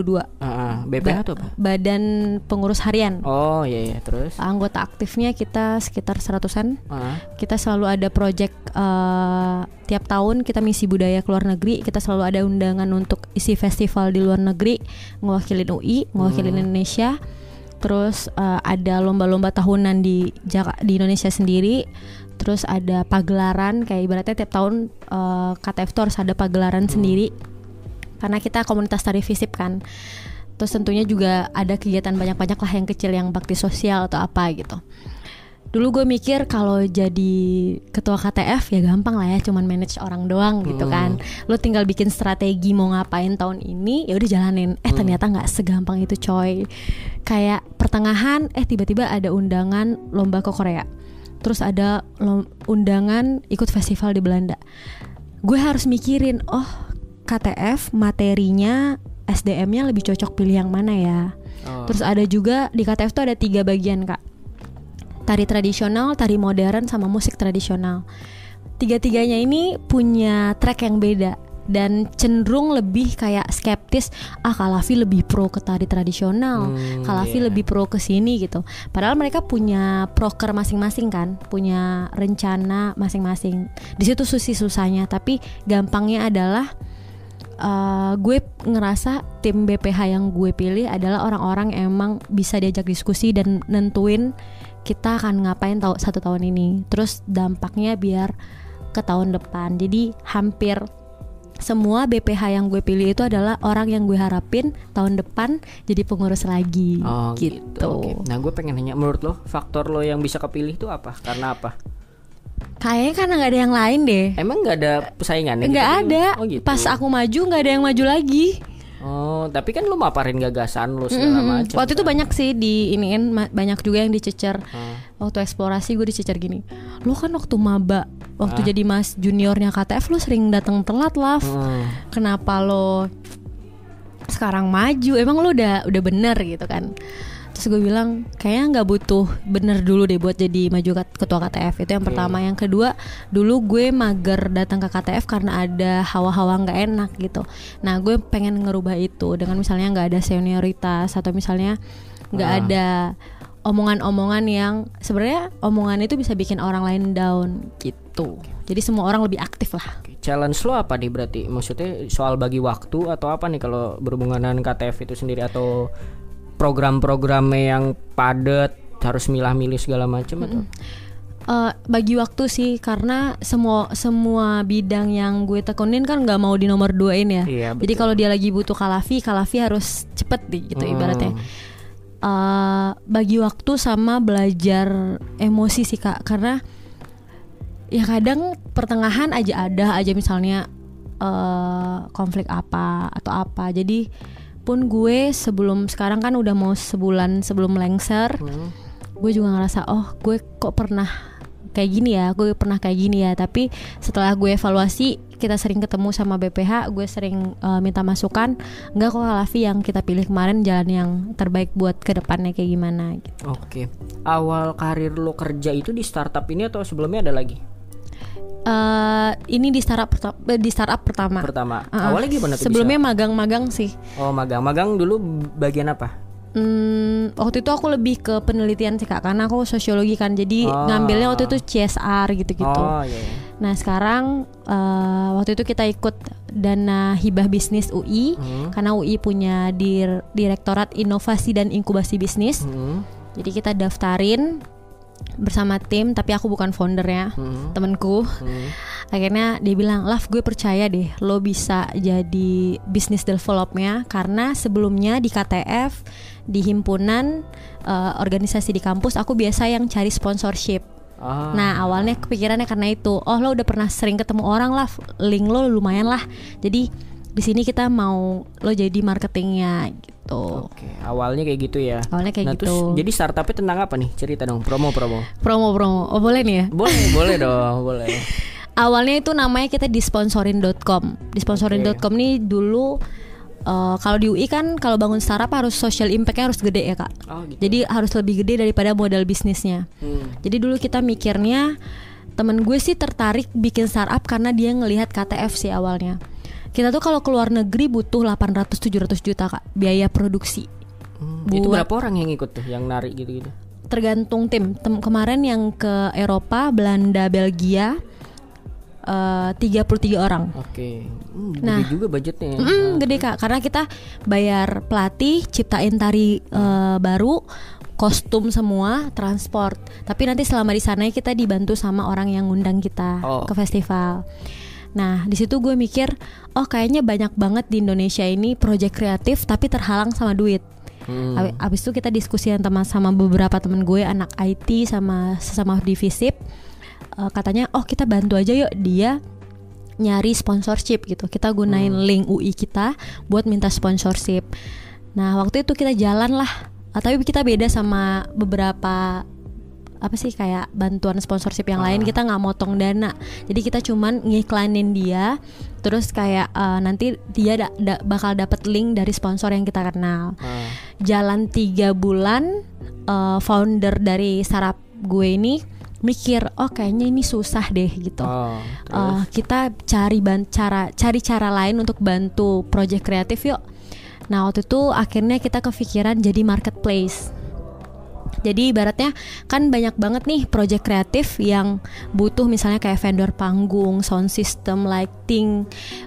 B: BPH itu apa?
C: Badan Pengurus Harian.
B: Oh iya, terus?
C: Anggota aktifnya kita sekitar 100-an. Kita selalu ada project tiap tahun kita misi budaya ke luar negeri. Kita selalu ada undangan untuk isi festival di luar negeri, ngewakilin UI, ngewakilin Indonesia. Terus ada lomba-lomba tahunan di Indonesia sendiri. Terus ada pagelaran, kayak ibaratnya tiap tahun KTF tuh harus ada pagelaran sendiri. Karena kita komunitas tari FISIP kan. Terus tentunya juga ada kegiatan banyak-banyak lah yang kecil, yang bakti sosial atau apa gitu. Dulu gue mikir kalau jadi ketua KTF ya gampang lah ya, cuman manage orang doang gitu kan. Lo tinggal bikin strategi mau ngapain tahun ini, ya udah jalanin. Ternyata nggak segampang itu coy. Kayak pertengahan tiba-tiba ada undangan lomba ke Korea. Terus ada undangan ikut festival di Belanda. Gue harus mikirin, KTF materinya SDM-nya lebih cocok pilih yang mana ya. Terus ada juga di KTF tuh ada 3 bagian kak. Tari tradisional, tari modern, sama musik tradisional. 3-tiganya ini punya track yang beda. Dan cenderung lebih kayak skeptis, Kak Lavi lebih pro ke tari tradisional, Kak Lavi lebih pro ke sini gitu. Padahal mereka punya proker masing-masing kan, punya rencana masing-masing. Di situ susahnya, tapi gampangnya adalah gue ngerasa tim BPH yang gue pilih adalah orang-orang yang emang bisa diajak diskusi dan nentuin kita akan ngapain 1 tahun ini. Terus dampaknya biar ke tahun depan. Jadi hampir semua BPH yang gue pilih itu adalah orang yang gue harapin tahun depan jadi pengurus lagi. Gitu.
B: Okay. Nah gue pengen nanya, menurut lo faktor lo yang bisa kepilih itu apa? Karena apa?
C: Kayaknya karena gak ada yang lain deh.
B: Emang gak ada persaingannya?
C: Gak
B: gitu?
C: ada.
B: Gitu.
C: Pas aku maju gak ada yang maju lagi.
B: Tapi kan lo maparin gagasan lo segala macam.
C: Waktu itu banyak sih banyak juga yang dicecer. Waktu eksplorasi gue dicecer gini, lo kan waktu maba, waktu jadi mas juniornya KTF lo sering datang telat Lav. Kenapa lo sekarang maju? Emang lo udah bener gitu kan? Terus gue bilang kayaknya nggak butuh bener dulu deh buat jadi maju ketua KTF. Itu yang pertama. Yang kedua, dulu gue mager datang ke KTF karena ada hawa-hawa nggak enak gitu. Nah gue pengen ngerubah itu dengan misalnya nggak ada senioritas, atau misalnya nggak ada omongan-omongan yang sebenarnya omongan itu bisa bikin orang lain down gitu. Jadi semua orang lebih aktif lah.
B: Challenge lo apa nih berarti? Maksudnya soal bagi waktu atau apa nih kalau berhubungan dengan KTF itu sendiri, atau program-programnya yang padat harus milah-milih segala macam atau?
C: Bagi waktu sih, karena semua bidang yang gue tekunin kan nggak mau di nomor 2-in ya.
B: Iya,
C: jadi kalau dia lagi butuh Kak Lavi harus cepet nih gitu ibaratnya. Bagi waktu sama belajar emosi sih kak, karena ya kadang pertengahan aja misalnya konflik apa atau apa. Jadi pun gue sekarang kan udah mau sebulan sebelum lengser, gue juga ngerasa gue kok pernah kayak gini ya. Tapi setelah gue evaluasi, kita sering ketemu sama BPH, gue sering minta masukan, enggak kok Lavi yang kita pilih kemarin jalan yang terbaik buat kedepannya kayak gimana gitu.
B: Oke. Awal karir lo kerja itu di startup ini atau sebelumnya ada lagi?
C: Ini di startup pertama.
B: Awalnya gimana tuh?
C: Sebelumnya magang sih.
B: Magang dulu bagian apa?
C: Waktu itu aku lebih ke penelitian sih kak, karena aku sosiologi kan, jadi ngambilnya waktu itu CSR gitu-gitu.
B: Iya.
C: Nah sekarang waktu itu kita ikut dana hibah bisnis UI, karena UI punya Direktorat Inovasi dan Inkubasi Bisnis. Jadi kita daftarin bersama tim, tapi aku bukan foundernya, temenku. Akhirnya dia bilang, "Love, gue percaya deh lo bisa jadi business developnya, karena sebelumnya di KTF, di himpunan organisasi di kampus, aku biasa yang cari sponsorship." Nah awalnya kepikirannya karena itu, oh lo udah pernah sering ketemu orang lah, link lo lumayan lah, jadi di sini kita mau lo jadi marketingnya gitu.
B: Oke, awalnya kayak gitu ya.
C: Awalnya kayak gitu.
B: Terus jadi startupnya tentang apa nih? Cerita dong, promo.
C: Oh boleh nih ya?
B: Boleh dong, boleh.
C: Awalnya itu namanya kita disponsorin.com. Disponsorin.com nih dulu kalau di UI kan kalau bangun startup harus social impact-nya harus gede ya kak.
B: Gitu.
C: Jadi harus lebih gede daripada modal bisnisnya. Jadi dulu kita mikirnya, temen gue sih tertarik bikin startup karena dia ngelihat KTF sih awalnya. Kita tuh kalau keluar negeri butuh 800-700 juta kak biaya produksi.
B: Itu berapa orang yang ikut tuh, yang narik gitu-gitu?
C: Tergantung tim. Kemarin yang ke Eropa, Belanda, Belgia 33 orang.
B: Oke. Gede juga budgetnya.
C: Gede kak, karena kita bayar pelatih, ciptain tari baru, kostum semua, transport. Tapi nanti selama di sana kita dibantu sama orang yang ngundang kita ke festival. Nah di situ gue mikir, oh kayaknya banyak banget di Indonesia ini proyek kreatif tapi terhalang sama duit. Abis itu kita diskusian sama beberapa temen gue, anak IT sama sesama di FISIP. Katanya kita bantu aja yuk dia nyari sponsorship gitu. Kita gunain link UI kita buat minta sponsorship. Nah waktu itu kita jalan lah, tapi kita beda sama beberapa kayak bantuan sponsorship yang lain. Kita nggak motong dana, jadi kita cuman ngiklanin dia, terus kayak nanti dia bakal dapet link dari sponsor yang kita kenal. Jalan 3 bulan, founder dari startup gue ini mikir, kayaknya ini susah deh gitu. Kita cari cara lain untuk bantu project kreatif yuk. Nah waktu itu akhirnya kita kepikiran jadi marketplace. Jadi ibaratnya kan banyak banget nih project kreatif yang butuh misalnya kayak vendor panggung, sound system, lighting,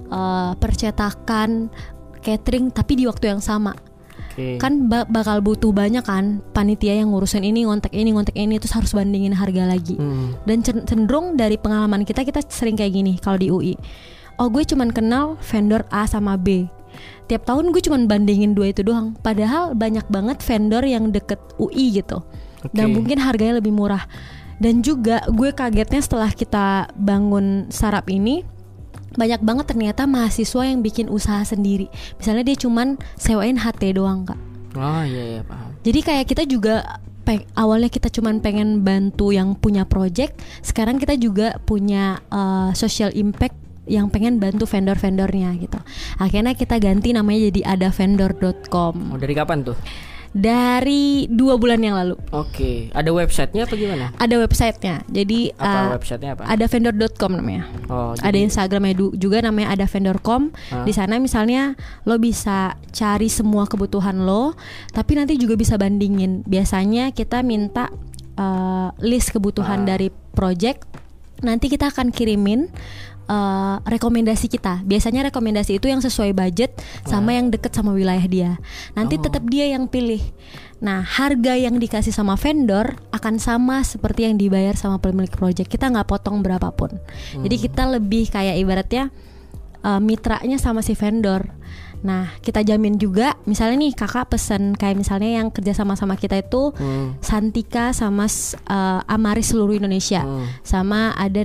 C: percetakan, catering, tapi di waktu yang sama. Kan bakal butuh banyak kan panitia yang ngurusin ini, ngontek ini, terus harus bandingin harga lagi. Dan cenderung dari pengalaman kita sering kayak gini kalau di UI. Gue cuman kenal vendor A sama B. Tiap tahun gue cuman bandingin 2 itu doang. Padahal banyak banget vendor yang deket UI gitu. Dan mungkin harganya lebih murah. Dan juga gue kagetnya setelah kita bangun startup ini, banyak banget ternyata mahasiswa yang bikin usaha sendiri. Misalnya dia cuman sewain HT doang kak.
B: Iya paham.
C: Jadi kayak kita juga awalnya kita cuman pengen bantu yang punya project. Sekarang kita juga punya social impact yang pengen bantu vendor-vendornya gitu. Akhirnya kita ganti namanya jadi adavendor.com.
B: Dari kapan tuh?
C: Dari 2 bulan yang lalu.
B: Oke. Ada websitenya apa gimana?
C: Ada websitenya. Jadi
B: websitenya apa?
C: Adavendor.com namanya. Ada Instagramnya juga namanya adavendor.com. Di sana misalnya lo bisa cari semua kebutuhan lo, tapi nanti juga bisa bandingin. Biasanya kita minta list kebutuhan dari project. Nanti kita akan kirimin rekomendasi kita. Biasanya rekomendasi itu yang sesuai budget sama yang deket sama wilayah dia. Nanti tetap dia yang pilih. Nah harga yang dikasih sama vendor akan sama seperti yang dibayar sama pemilik project. Kita nggak potong berapapun. Jadi kita lebih kayak ibaratnya mitranya sama si vendor. Nah kita jamin juga, misalnya nih kakak pesen kayak misalnya yang kerja sama kita itu Santika sama Amaris seluruh Indonesia, sama ada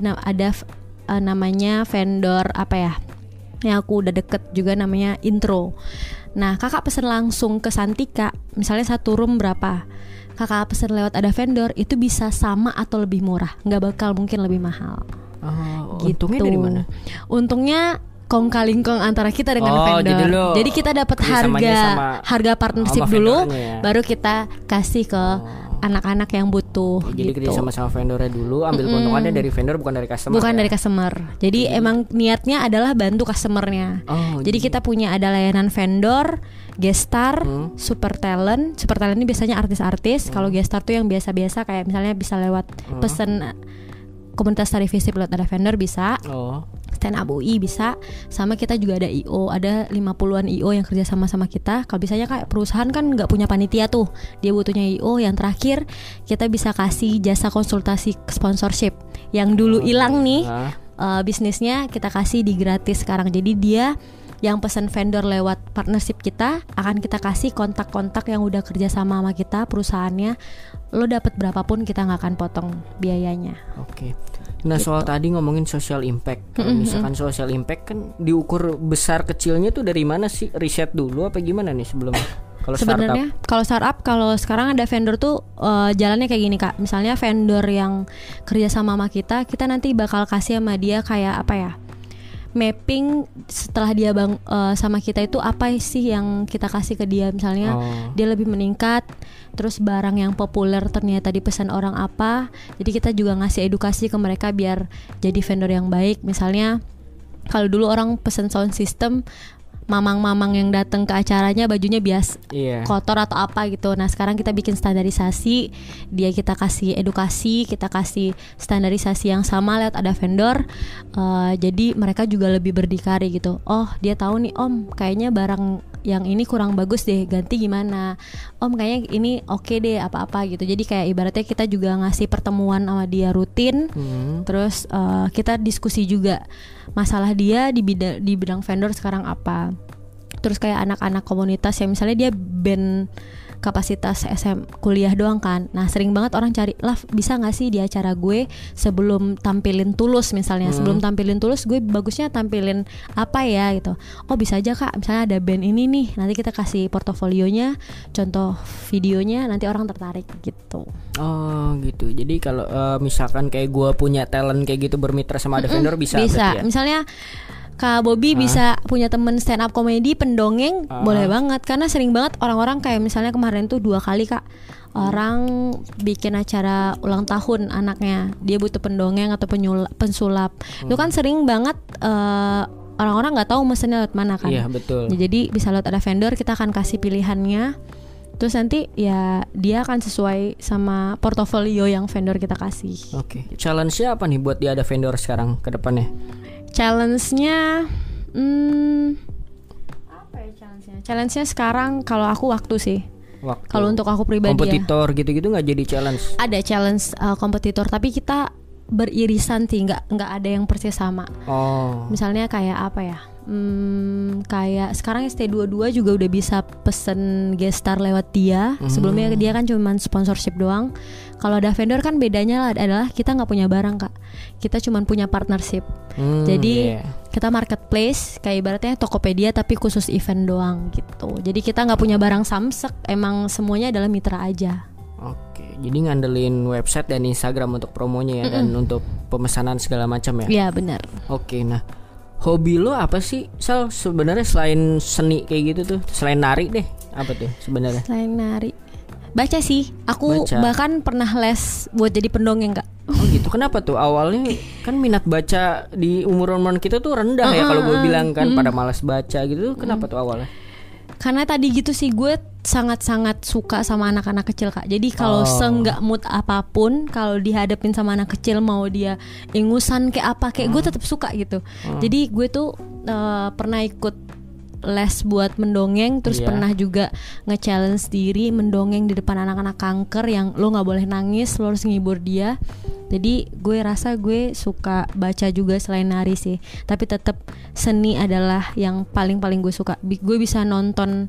C: namanya vendor yang aku udah deket juga namanya Intro. Nah kakak pesen langsung ke Santika, misalnya 1 room berapa, kakak pesen lewat ada vendor, itu bisa sama atau lebih murah, nggak bakal mungkin lebih mahal.
B: Gitu. Untungnya dari mana?
C: Untungnya kong kali kong antara kita dengan vendor. Jadi kita dapat harga partnership dulu, baru kita kasih ke anak-anak yang butuh.
B: Jadi kerja sama vendornya dulu, ambil keuntungannya dari vendor, bukan dari customer.
C: Bukan dari customer. Jadi emang niatnya adalah bantu customernya. Jadi kita punya ada layanan vendor, gestar, super talent. Super talent ini biasanya artis-artis. Kalau gestar tuh yang biasa-biasa kayak misalnya bisa lewat pesen komunitas tari visip lewat ada vendor bisa.
B: Oh.
C: Stand up UI bisa. Sama kita juga ada IO, ada 50-an IO yang kerja sama kita. Kalau biasanya kayak perusahaan kan nggak punya panitia tuh, dia butuhnya IO. Yang terakhir kita bisa kasih jasa konsultasi sponsorship yang dulu hilang nih. Bisnisnya kita kasih di gratis sekarang. Jadi dia yang pesan vendor lewat partnership kita akan kita kasih kontak-kontak yang udah kerja sama kita perusahaannya. Lo dapat berapapun kita nggak akan potong biayanya.
B: Oke. Nah gitu. Soal tadi ngomongin social impact. Kalau misalkan social impact kan diukur besar kecilnya tuh dari mana sih? Riset dulu apa gimana nih sebelumnya? Kalau
C: sebenarnya kalau startup, kalau sekarang ada vendor tuh jalannya kayak gini Kak. Misalnya vendor yang kerja sama kita nanti bakal kasih sama dia kayak apa ya? Mapping setelah dia sama kita itu apa sih yang kita kasih ke dia. Misalnya dia lebih meningkat, terus barang yang populer ternyata dipesan orang apa. Jadi kita juga ngasih edukasi ke mereka biar jadi vendor yang baik. Misalnya kalau dulu orang pesan sound system, mamang-mamang yang datang ke acaranya bajunya kotor atau apa gitu. Nah sekarang kita bikin standarisasi, kita kasih edukasi, kita kasih standarisasi yang sama lewat ada vendor. Jadi mereka juga lebih berdikari gitu. Oh dia tahu nih Om, kayaknya barang yang ini kurang bagus deh, ganti gimana? Om kayaknya ini oke deh apa-apa gitu. Jadi kayak ibaratnya kita juga ngasih pertemuan sama dia rutin. Terus kita diskusi juga masalah dia di bidang vendor sekarang apa. Terus kayak anak-anak komunitas yang misalnya dia band kapasitas kuliah doang kan. Nah sering banget orang cari, lah bisa gak sih di acara gue sebelum tampilin Tulus misalnya, sebelum tampilin Tulus gue bagusnya tampilin apa ya gitu. Oh bisa aja Kak, misalnya ada band ini nih, nanti kita kasih portofolionya, contoh videonya, nanti orang tertarik gitu.
B: Oh gitu. Jadi kalau misalkan kayak gue punya talent kayak gitu bermitra sama ada vendor bisa ya? Misalnya
C: Kak Bobby bisa punya temen stand up comedy pendongeng, boleh banget. Karena sering banget orang-orang kayak misalnya kemarin tuh 2 kali Kak, orang bikin acara ulang tahun anaknya, dia butuh pendongeng atau pensulap. Itu kan sering banget orang-orang nggak tahu mesennya lewat mana kan.
B: Iya betul.
C: Jadi bisa lewat ada vendor, kita akan kasih pilihannya. Terus nanti ya dia akan sesuai sama portofolio yang vendor kita kasih.
B: Oke. Challenge-nya apa nih buat dia ada vendor sekarang ke depannya?
C: Challenge-nya apa ya challenge-nya? Challenge-nya sekarang kalau aku waktu sih. Kalau untuk aku pribadi
B: kompetitor gitu-gitu nggak jadi challenge?
C: Ada challenge kompetitor, tapi kita beririsan sih, nggak ada yang persis sama. Misalnya kayak apa ya? Kayak sekarang ST22 juga udah bisa pesen guest star lewat dia. Sebelumnya dia kan cuma sponsorship doang. Kalau ada vendor kan bedanya adalah kita nggak punya barang Kak, kita cuma punya partnership. Jadi kita marketplace kayak ibaratnya Tokopedia tapi khusus event doang gitu. Jadi kita nggak punya barang samsek, emang semuanya adalah mitra aja.
B: Oke, jadi ngandelin website dan Instagram untuk promonya ya, dan untuk pemesanan segala macam ya.
C: Iya benar.
B: Oke, nah hobi lo apa sih Sal sebenarnya selain seni kayak gitu tuh, selain nari deh, apa tuh sebenarnya?
C: Selain nari, baca sih. Aku bahkan pernah les buat jadi pendongeng Kak.
B: Oh gitu, kenapa tuh? Awalnya kan minat baca di umuran kita tuh rendah ya kalau gue bilang kan, pada malas baca gitu. Kenapa tuh awalnya?
C: Karena tadi gitu sih, gue sangat-sangat suka sama anak-anak kecil Kak. Jadi kalau seenggak mood apapun, kalau dihadapin sama anak kecil, mau dia ingusan kayak apa, kayak gue tetap suka gitu. Jadi gue tuh pernah ikut les buat mendongeng, terus pernah juga nge-challenge diri mendongeng di depan anak-anak kanker yang lo gak boleh nangis, lo harus ngibur dia. Jadi gue rasa gue suka baca juga selain nari sih. Tapi tetap seni adalah yang paling-paling gue suka. Gue bisa nonton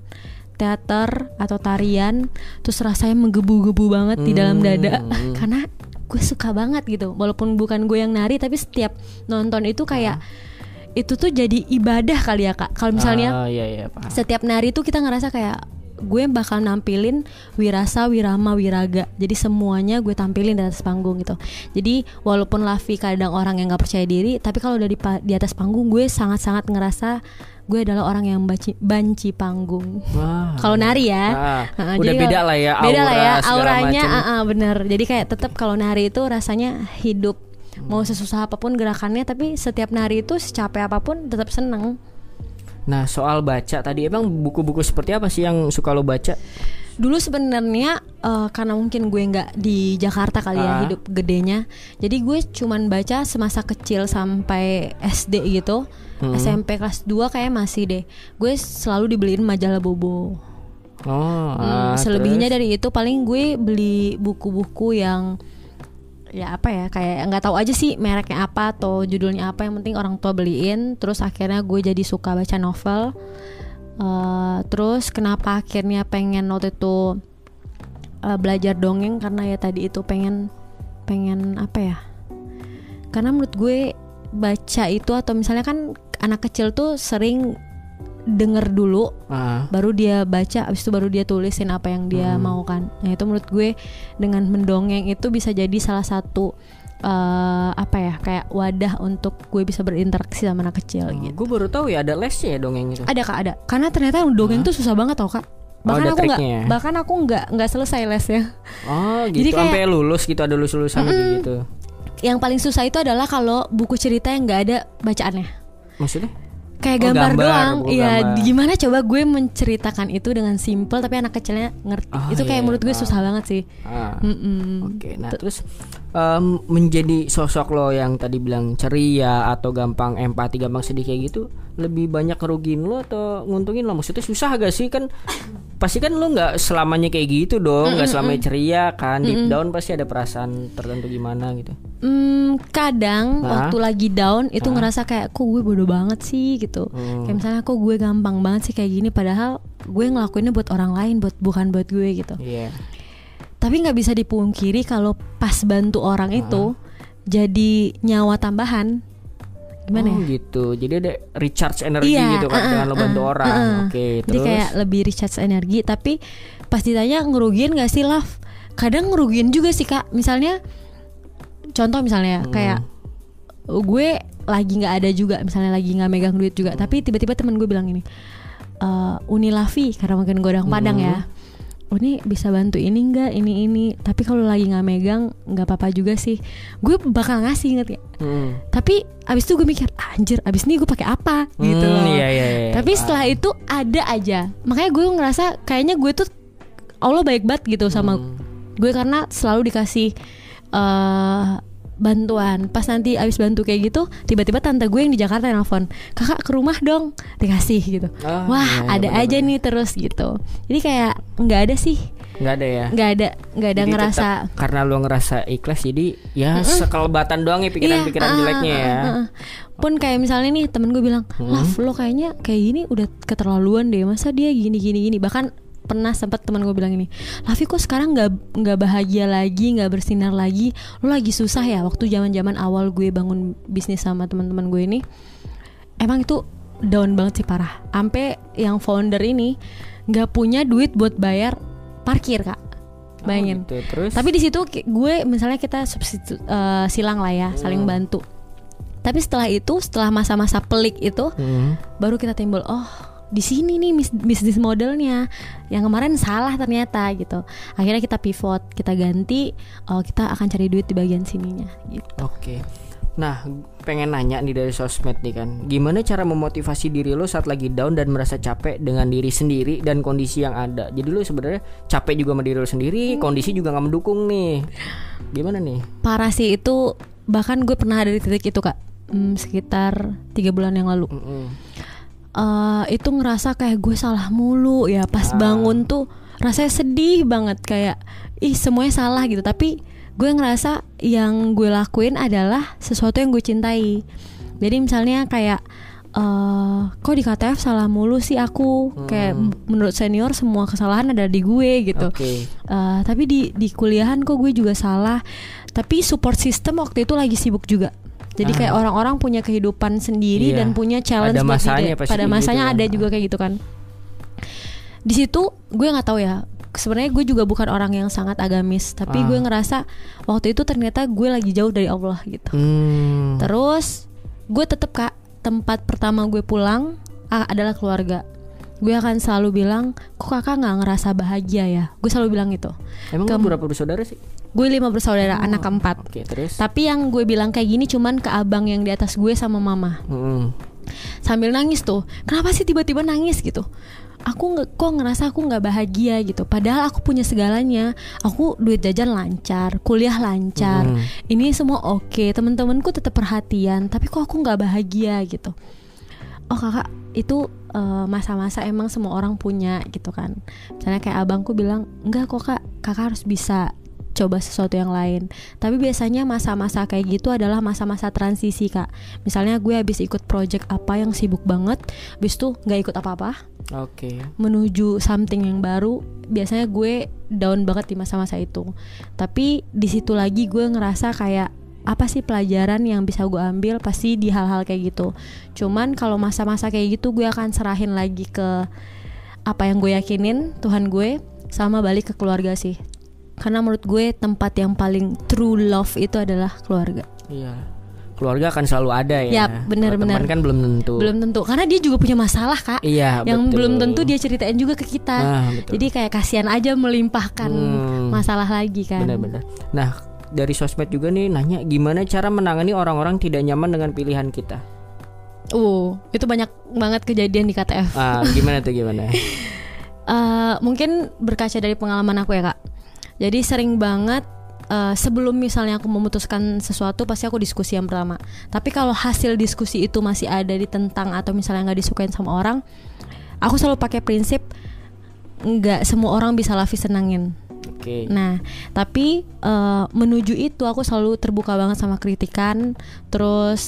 C: teater atau tarian, terus rasanya menggebu-gebu banget di dalam dada karena gue suka banget gitu. Walaupun bukan gue yang nari, tapi setiap nonton itu kayak itu tuh jadi ibadah kali ya Kak. Kalau misalnya setiap nari tuh kita ngerasa kayak gue bakal nampilin wirasa, wirama, wiraga. Jadi semuanya gue tampilin di atas panggung gitu. Jadi walaupun Lavi kadang orang yang gak percaya diri, tapi kalau udah di atas panggung gue sangat-sangat ngerasa gue adalah orang yang banci panggung. Kalau nari ya
B: udah beda lah ya,
C: auranya bener. Jadi kayak tetap kalau nari itu rasanya hidup. Mau sesusah apapun gerakannya, tapi setiap nari itu secapek apapun tetap seneng.
B: Nah soal baca tadi, emang buku-buku seperti apa sih yang suka lo baca?
C: Dulu sebenarnya karena mungkin gue nggak di Jakarta kali ya hidup gedenya, jadi gue cuman baca semasa kecil sampai SD gitu. SMP kelas 2 kayak masih deh. Gue selalu dibeliin majalah Bobo. Selebihnya dari itu paling gue beli buku-buku yang ya apa ya, kayak nggak tahu aja sih mereknya apa atau judulnya apa, yang penting orang tua beliin. Terus akhirnya gue jadi suka baca novel. Terus kenapa akhirnya pengen waktu itu belajar dongeng, karena ya tadi itu pengen apa ya, karena menurut gue baca itu, atau misalnya kan anak kecil tuh sering denger dulu baru dia baca, abis itu baru dia tulisin apa yang dia mau kan. Nah itu menurut gue dengan mendongeng itu bisa jadi salah satu apa ya, kayak wadah untuk gue bisa berinteraksi sama anak kecil gitu.
B: Gue baru tahu ya ada lesnya ya dongeng itu.
C: Ada Kak, ada. Karena ternyata dongeng tuh susah banget tau Kak. Bahkan aku nggak selesai lesnya.
B: Oh gitu. Jadi sampai lulus gitu, ada lulusan gitu.
C: Yang paling susah itu adalah kalau buku cerita yang nggak ada bacaannya.
B: Maksudnya?
C: Kayak gambar doang. Iya, gimana coba gue menceritakan itu dengan simple tapi anak kecilnya ngerti. Itu kayak menurut gue susah banget sih.
B: Oke, nah terus menjadi sosok lo yang tadi bilang ceria atau gampang empati, gampang sedih kayak gitu, lebih banyak ngerugiin lo atau nguntungin lo? Maksudnya susah gak sih? Kan pasti kan lo nggak selamanya kayak gitu dong, nggak selamanya ceria kan. Deep down pasti ada perasaan tertentu gimana gitu.
C: Kadang waktu lagi down itu ngerasa kayak kok gue bodoh banget sih gitu. Kayak misalnya kok gue gampang banget sih kayak gini, padahal gue ngelakuinnya buat orang lain, bukan buat gue gitu. Tapi nggak bisa dipungkiri kalau pas bantu orang itu jadi nyawa tambahan. Gimana ya?
B: Gitu. Jadi ada recharge energi gitu kan dengan lo bantu orang. Oke,
C: jadi
B: terus
C: kayak lebih recharge energi. Tapi pas ditanya ngerugiin gak sih Love? Kadang ngerugiin juga sih Kak. Misalnya contoh misalnya kayak gue lagi nggak ada juga, misalnya lagi nggak megang duit juga, tapi tiba-tiba temen gue bilang ini, Unilavi, karena mungkin gue orang Padang ya, ini bisa bantu ini nggak, ini, tapi kalau lagi nggak megang nggak apa-apa juga sih, gue bakal ngasih, ngerti ya? Tapi abis itu gue mikir, anjir, abis ini gue pakai apa gitu loh. Tapi setelah itu ada aja, makanya gue ngerasa kayaknya gue tuh Allah baik banget gitu sama gue, karena selalu dikasih bantuan. Pas nanti abis bantu kayak gitu, tiba-tiba tante gue yang di Jakarta nelfon, kakak ke rumah dong, dikasih gitu. Ada aja nih terus gitu. Jadi kayak nggak ada sih.
B: Nggak ada ya.
C: Nggak ada ngerasa.
B: Karena lo ngerasa ikhlas, jadi ya sekelebatan doang ya pikiran-pikiran jeleknya ya.
C: Pun kayak misalnya nih temen gue bilang, Love, lo kayaknya kayak gini udah keterlaluan deh, masa dia gini. Bahkan pernah sempat teman gue bilang ini, Lavi kok sekarang nggak bahagia lagi, nggak bersinar lagi, lo lagi susah ya. Waktu zaman awal gue bangun bisnis sama teman-teman gue ini, emang itu down banget sih, parah. Sampai yang founder ini nggak punya duit buat bayar parkir Kak, bayangin.
B: Gitu. Terus?
C: Tapi di situ gue misalnya kita silang lah ya, saling bantu. Tapi setelah masa-masa pelik itu, baru kita timbul, di sini nih bisnis modelnya yang kemarin salah ternyata gitu. Akhirnya kita pivot, kita ganti, kita akan cari duit di bagian sininya gitu.
B: Oke. Nah, pengen nanya nih dari sosmed nih kan, gimana cara memotivasi diri lo saat lagi down dan merasa capek dengan diri sendiri dan kondisi yang ada? Jadi lo sebenarnya capek juga sama diri lo sendiri, kondisi juga nggak mendukung nih. Gimana nih?
C: Parah sih itu, bahkan gue pernah ada di titik itu Kak, sekitar 3 bulan yang lalu. Itu ngerasa kayak gue salah mulu ya. Pas bangun tuh rasanya sedih banget, kayak semuanya salah gitu. Tapi gue ngerasa yang gue lakuin adalah sesuatu yang gue cintai. Jadi misalnya kayak kok di KTF salah mulu sih aku, kayak menurut senior semua kesalahan ada di gue gitu. Tapi di kuliahan kok gue juga salah. Tapi support system waktu itu lagi sibuk juga. Jadi kayak orang-orang punya kehidupan sendiri dan punya challenge
B: pada masanya,
C: pada masanya gitu. Ada juga kayak gitu kan. Di situ gue nggak tahu ya. Sebenarnya gue juga bukan orang yang sangat agamis, tapi gue ngerasa waktu itu ternyata gue lagi jauh dari Allah gitu. Terus gue tetap Kak, tempat pertama gue pulang adalah keluarga. Gue akan selalu bilang, kok kakak nggak ngerasa bahagia ya? Gue selalu bilang itu.
B: Emang berapa bersaudara sih?
C: Gue 5 bersaudara, anak keempat.
B: Terus?
C: Tapi yang gue bilang kayak gini cuman ke abang yang di atas gue sama mama. Sambil nangis tuh, kenapa sih tiba-tiba nangis gitu? kok ngerasa aku nggak bahagia gitu. Padahal aku punya segalanya. Aku duit jajan lancar, kuliah lancar, ini semua oke. Teman-temanku tetap perhatian, tapi kok aku nggak bahagia gitu. Oh kakak, itu masa-masa emang semua orang punya gitu kan. Misalnya kayak abangku bilang, enggak kok kak, kakak harus bisa coba sesuatu yang lain. Tapi biasanya masa-masa kayak gitu adalah masa-masa transisi kak. Misalnya gue habis ikut project apa yang sibuk banget, habis itu nggak ikut apa-apa, menuju something yang baru. Biasanya gue down banget di masa-masa itu. Tapi di situ lagi gue ngerasa kayak apa sih pelajaran yang bisa gue ambil, pasti di hal-hal kayak gitu. Cuman kalau masa-masa kayak gitu gue akan serahin lagi ke apa yang gue yakinin, Tuhan gue, sama balik ke keluarga sih. Karena menurut gue tempat yang paling true love itu adalah keluarga.
B: Iya, keluarga akan selalu ada ya.
C: Ya benar-benar.
B: Teman kan belum tentu.
C: Belum tentu, karena dia juga punya masalah kak.
B: Iya,
C: yang
B: betul.
C: belum tentu dia ceritain juga ke kita. Jadi kayak kasihan aja melimpahkan masalah lagi kan.
B: Benar-benar. Nah, dari sosmed juga nih nanya gimana cara menangani orang-orang tidak nyaman dengan pilihan kita.
C: Itu banyak banget kejadian di KTF.
B: Gimana tuh gimana?
C: Mungkin berkaca dari pengalaman aku ya kak. Jadi sering banget sebelum misalnya aku memutuskan sesuatu, pasti aku diskusi yang pertama. Tapi kalau hasil diskusi itu masih ada ditentang atau misalnya nggak disukain sama orang, aku selalu pakai prinsip nggak semua orang bisa Lavi senangin. Nah, tapi menuju itu aku selalu terbuka banget sama kritikan. Terus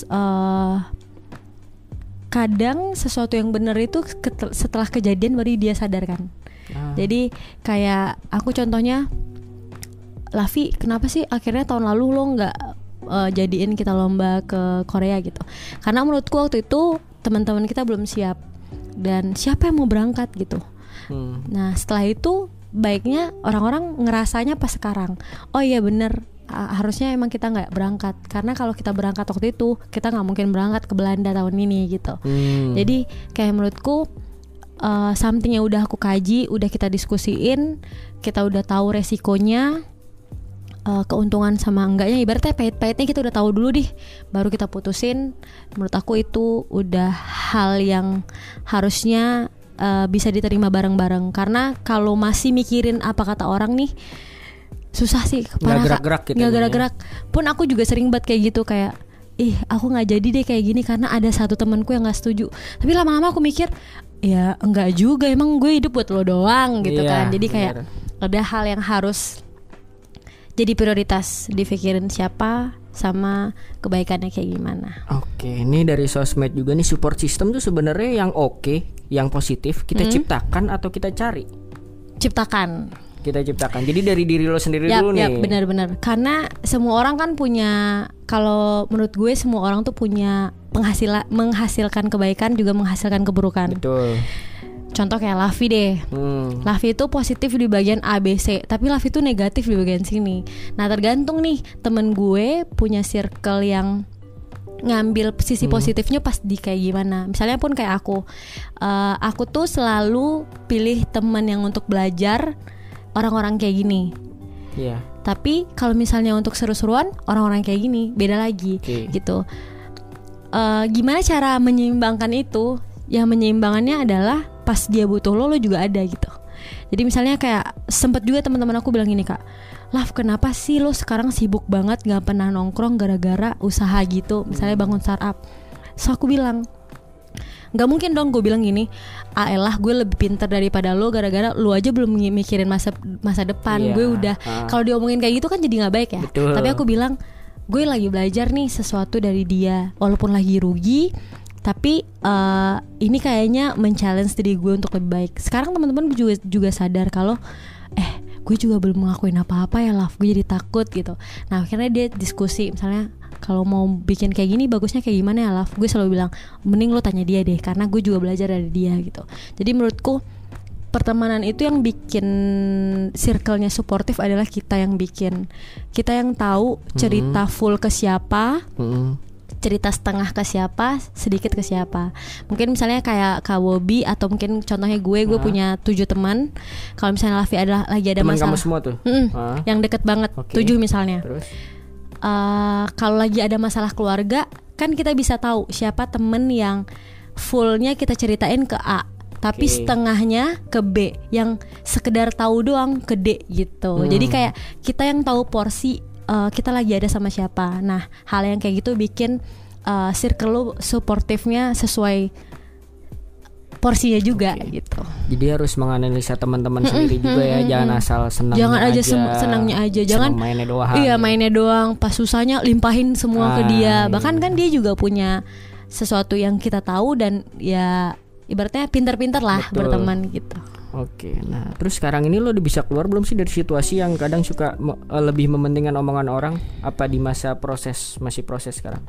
C: kadang sesuatu yang benar itu setelah kejadian baru dia sadarkan. Jadi kayak aku contohnya, Lavi, kenapa sih akhirnya tahun lalu lo nggak jadiin kita lomba ke Korea gitu? Karena menurutku waktu itu teman-teman kita belum siap, dan siapa yang mau berangkat gitu. Nah setelah itu baiknya orang-orang ngerasanya pas sekarang, oh iya bener, harusnya emang kita nggak berangkat, karena kalau kita berangkat waktu itu kita nggak mungkin berangkat ke Belanda tahun ini gitu. Jadi kayak menurutku something yang udah aku kaji, udah kita diskusiin, kita udah tahu resikonya, keuntungan sama enggaknya, ibaratnya pahit-pahitnya kita udah tahu dulu deh, baru kita putusin. Menurut aku itu udah hal yang harusnya bisa diterima bareng-bareng. Karena kalau masih mikirin apa kata orang nih, susah sih,
B: nggak gerak-gerak gitu.
C: Nggak gerak-gerak. Pun aku juga sering banget kayak gitu, kayak aku nggak jadi deh kayak gini karena ada satu temanku yang nggak setuju. Tapi lama-lama aku mikir, ya enggak juga, emang gue hidup buat lo doang gitu kan. Jadi kayak ada hal yang harus jadi prioritas, dipikirin siapa sama kebaikannya kayak gimana.
B: Ini dari sosmed juga nih, support system tuh sebenarnya yang yang positif kita ciptakan atau kita cari?
C: Ciptakan.
B: Kita ciptakan. Jadi dari diri lo sendiri dulu nih.
C: Benar-benar. Karena semua orang kan punya, kalau menurut gue semua orang tuh punya menghasilkan kebaikan juga menghasilkan keburukan.
B: Betul.
C: Contoh kayak Lavi deh. Lavi itu positif di bagian A, B, C, tapi Lavi itu negatif di bagian sini. Nah tergantung nih, temen gue punya circle yang ngambil sisi positifnya pas di kayak gimana. Misalnya pun kayak aku tuh selalu pilih teman yang untuk belajar, orang-orang kayak gini. Tapi kalau misalnya untuk seru-seruan, orang-orang kayak gini, beda lagi gitu. Gimana cara menyeimbangkan itu? Yang menyeimbangkannya adalah pas dia butuh lo juga ada gitu. Jadi misalnya kayak sempet juga teman-teman aku bilang gini, Kak, Lav, kenapa sih lo sekarang sibuk banget, gak pernah nongkrong gara-gara usaha gitu, misalnya bangun startup. So aku bilang, gak mungkin dong gue bilang gini, elah gue lebih pintar daripada lo gara-gara lo aja belum mikirin masa depan. Gue udah, kalau diomongin kayak gitu kan jadi gak baik ya.
B: Betul.
C: Tapi aku bilang, gue lagi belajar nih sesuatu dari dia, walaupun lagi rugi, tapi ini kayaknya men-challenge diri gue untuk lebih baik. Sekarang teman-teman juga sadar kalau gue juga belum ngelakuin apa-apa ya, Lav, gue jadi takut gitu. Nah akhirnya dia diskusi, misalnya kalau mau bikin kayak gini bagusnya kayak gimana ya, Lav. Gue selalu bilang mending lo tanya dia deh, karena gue juga belajar dari dia gitu. Jadi menurutku pertemanan itu yang bikin circle-nya suportif adalah kita yang bikin. Kita yang tahu cerita full ke siapa, cerita setengah ke siapa, sedikit ke siapa. Mungkin misalnya kayak Kak Wobi, atau mungkin contohnya gue punya 7 teman. Kalau misalnya Lavi lagi ada
B: teman
C: masalah,
B: kamu semua tuh?
C: Yang deket banget, 7 misalnya.
B: Terus?
C: Kalau lagi ada masalah keluarga, kan kita bisa tahu siapa temen yang fullnya kita ceritain ke A. tapi setengahnya ke B, yang sekedar tahu doang ke D gitu. Jadi kayak kita yang tahu porsi kita lagi ada sama siapa. Nah, hal yang kayak gitu bikin circle lo suportifnya sesuai porsinya juga gitu.
B: Jadi harus menganalisa teman-teman sendiri juga ya, jangan asal senangnya
C: senangnya aja, jangan
B: mainnya doang.
C: Iya, mainnya doang, pas susahnya limpahin semua ke dia. Bahkan kan dia juga punya sesuatu yang kita tahu dan ya ibaratnya pintar-pintar lah berteman gitu.
B: Oke, nah terus sekarang ini lo udah bisa keluar belum sih dari situasi yang kadang suka lebih mementingkan omongan orang? Apa di masa masih proses sekarang?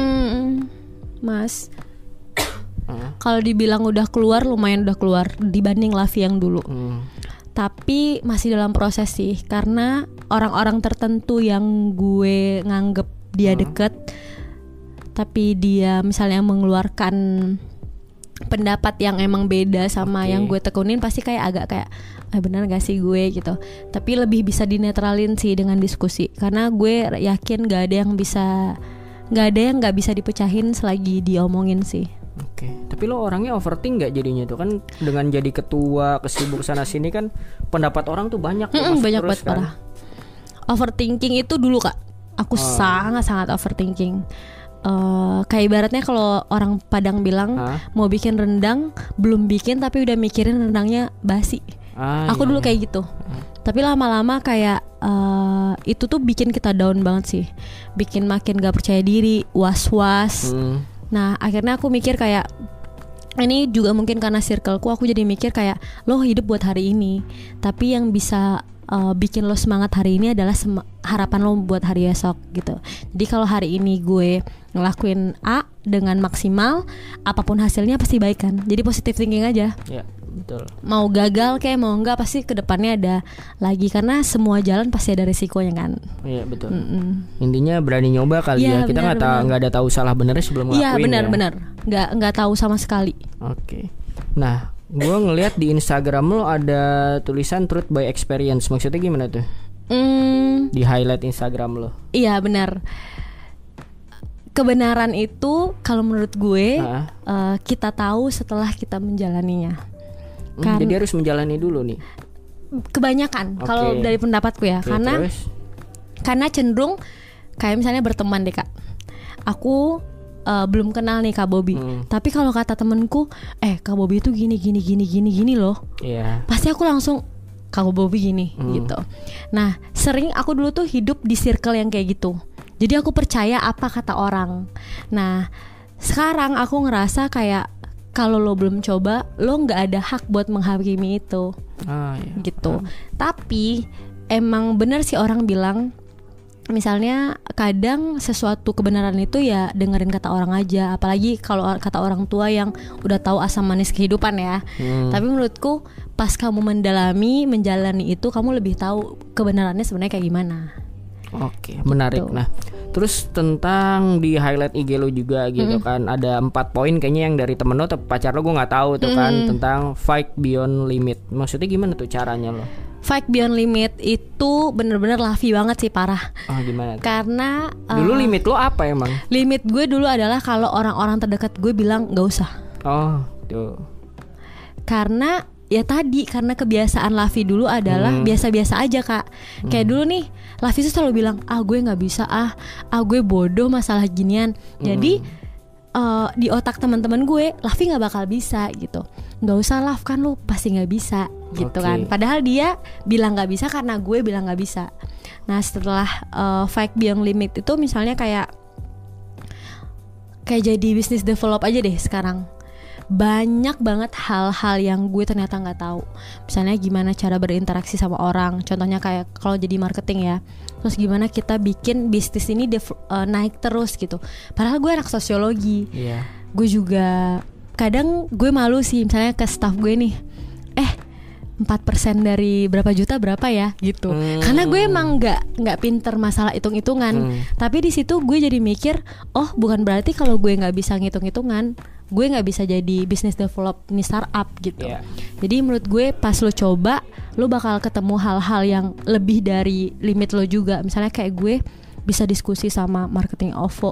C: Mas, kalau dibilang udah keluar, lumayan udah keluar dibanding Lavi yang dulu. Tapi masih dalam proses sih, karena orang-orang tertentu yang gue nganggep dia deket, tapi dia misalnya mengeluarkan pendapat yang emang beda sama yang gue tekunin, pasti kayak agak kayak benar gak sih gue gitu. Tapi lebih bisa dinetralin sih dengan diskusi, karena gue yakin gak ada yang gak bisa dipecahin selagi diomongin sih.
B: Oke, tapi lo orangnya overthink gak jadinya tuh kan, dengan jadi ketua kesibuk sana sini kan pendapat orang tuh banyak
C: banyak banget kan? Parah. Overthinking itu dulu Kak, aku sangat overthinking. Kayak ibaratnya kalau orang Padang bilang mau bikin rendang, belum bikin tapi udah mikirin rendangnya basi. Aku dulu kayak gitu. Tapi lama-lama kayak itu tuh bikin kita down banget sih, bikin makin gak percaya diri, was-was. Nah akhirnya aku mikir kayak, ini juga mungkin karena circleku, aku jadi mikir kayak lo hidup buat hari ini, tapi yang bisa bikin lo semangat hari ini adalah harapan lo buat hari esok gitu. Jadi kalau hari ini gue ngelakuin A dengan maksimal, apapun hasilnya pasti baik kan. Jadi positive thinking aja.
B: Ya, betul.
C: Mau gagal kayak mau enggak, pasti kedepannya ada lagi, karena semua jalan pasti ada risikonya kan.
B: Iya betul. Intinya berani nyoba kali ya. Kita nggak ada tahu salah benernya sebelum ngelakuin.
C: Iya benar. Nggak tahu sama sekali.
B: Oke. Nah, gue ngelihat di Instagram lo ada tulisan truth by experience. Maksudnya gimana tuh? Di highlight Instagram lo. Iya
C: benar. Kebenaran itu kalau menurut gue kita tahu setelah kita menjalaninya.
B: Jadi harus menjalani dulu nih.
C: Kebanyakan kalau dari pendapatku ya, karena cenderung kayak misalnya berteman deh Kak. Aku belum kenal nih Kak Bobby, tapi kalau kata temenku, Kak Bobby itu gini loh. Pasti aku langsung Kak Bobby gini gitu. Nah sering aku dulu tuh hidup di circle yang kayak gitu. Jadi aku percaya apa kata orang. Nah sekarang aku ngerasa kayak kalau lo belum coba, lo nggak ada hak buat menghakimi itu, gitu. Tapi emang benar sih orang bilang, misalnya kadang sesuatu kebenaran itu ya dengerin kata orang aja. Apalagi kalau kata orang tua yang udah tahu asam manis kehidupan ya. Tapi menurutku pas kamu menjalani itu, kamu lebih tahu kebenarannya sebenarnya kayak gimana.
B: Oke, menarik. Nah, terus tentang di highlight IG lo juga gitu kan, ada 4 poin kayaknya yang dari temen lo atau pacar lo, gue nggak tahu tuh kan, tentang fight beyond limit. Maksudnya gimana tuh caranya lo?
C: Fight beyond limit itu bener-bener Lavi banget sih, parah.
B: Gimana tuh?
C: Karena
B: dulu limit lo apa emang?
C: Limit gue dulu adalah kalau orang-orang terdekat gue bilang nggak usah.
B: Tuh.
C: Karena ya tadi, karena kebiasaan Lavi dulu adalah biasa-biasa aja Kak. Kayak dulu nih Lavi tuh selalu bilang gue gak bisa, gue bodoh masalah ginian. Jadi di otak teman-teman gue, Lavi gak bakal bisa gitu. Gak usah Lav, kan lu pasti gak bisa gitu kan. Padahal dia bilang gak bisa karena gue bilang gak bisa. Nah setelah fight beyond limit itu, misalnya kayak jadi business develop aja deh sekarang. Banyak banget hal-hal yang gue ternyata nggak tahu. Misalnya gimana cara berinteraksi sama orang. Contohnya kayak kalau jadi marketing ya. Terus gimana kita bikin bisnis ini naik terus gitu. Padahal gue anak sosiologi. Gue juga kadang gue malu sih misalnya ke staff gue nih. 4% dari berapa juta berapa ya gitu. Karena gue emang nggak pinter masalah hitung-hitungan. Tapi di situ gue jadi mikir, bukan berarti kalau gue nggak bisa ngitung-hitungan, gue nggak bisa jadi business develop nih, startup gitu. Jadi menurut gue pas lo coba, lo bakal ketemu hal-hal yang lebih dari limit lo juga. Misalnya kayak gue bisa diskusi sama marketing OVO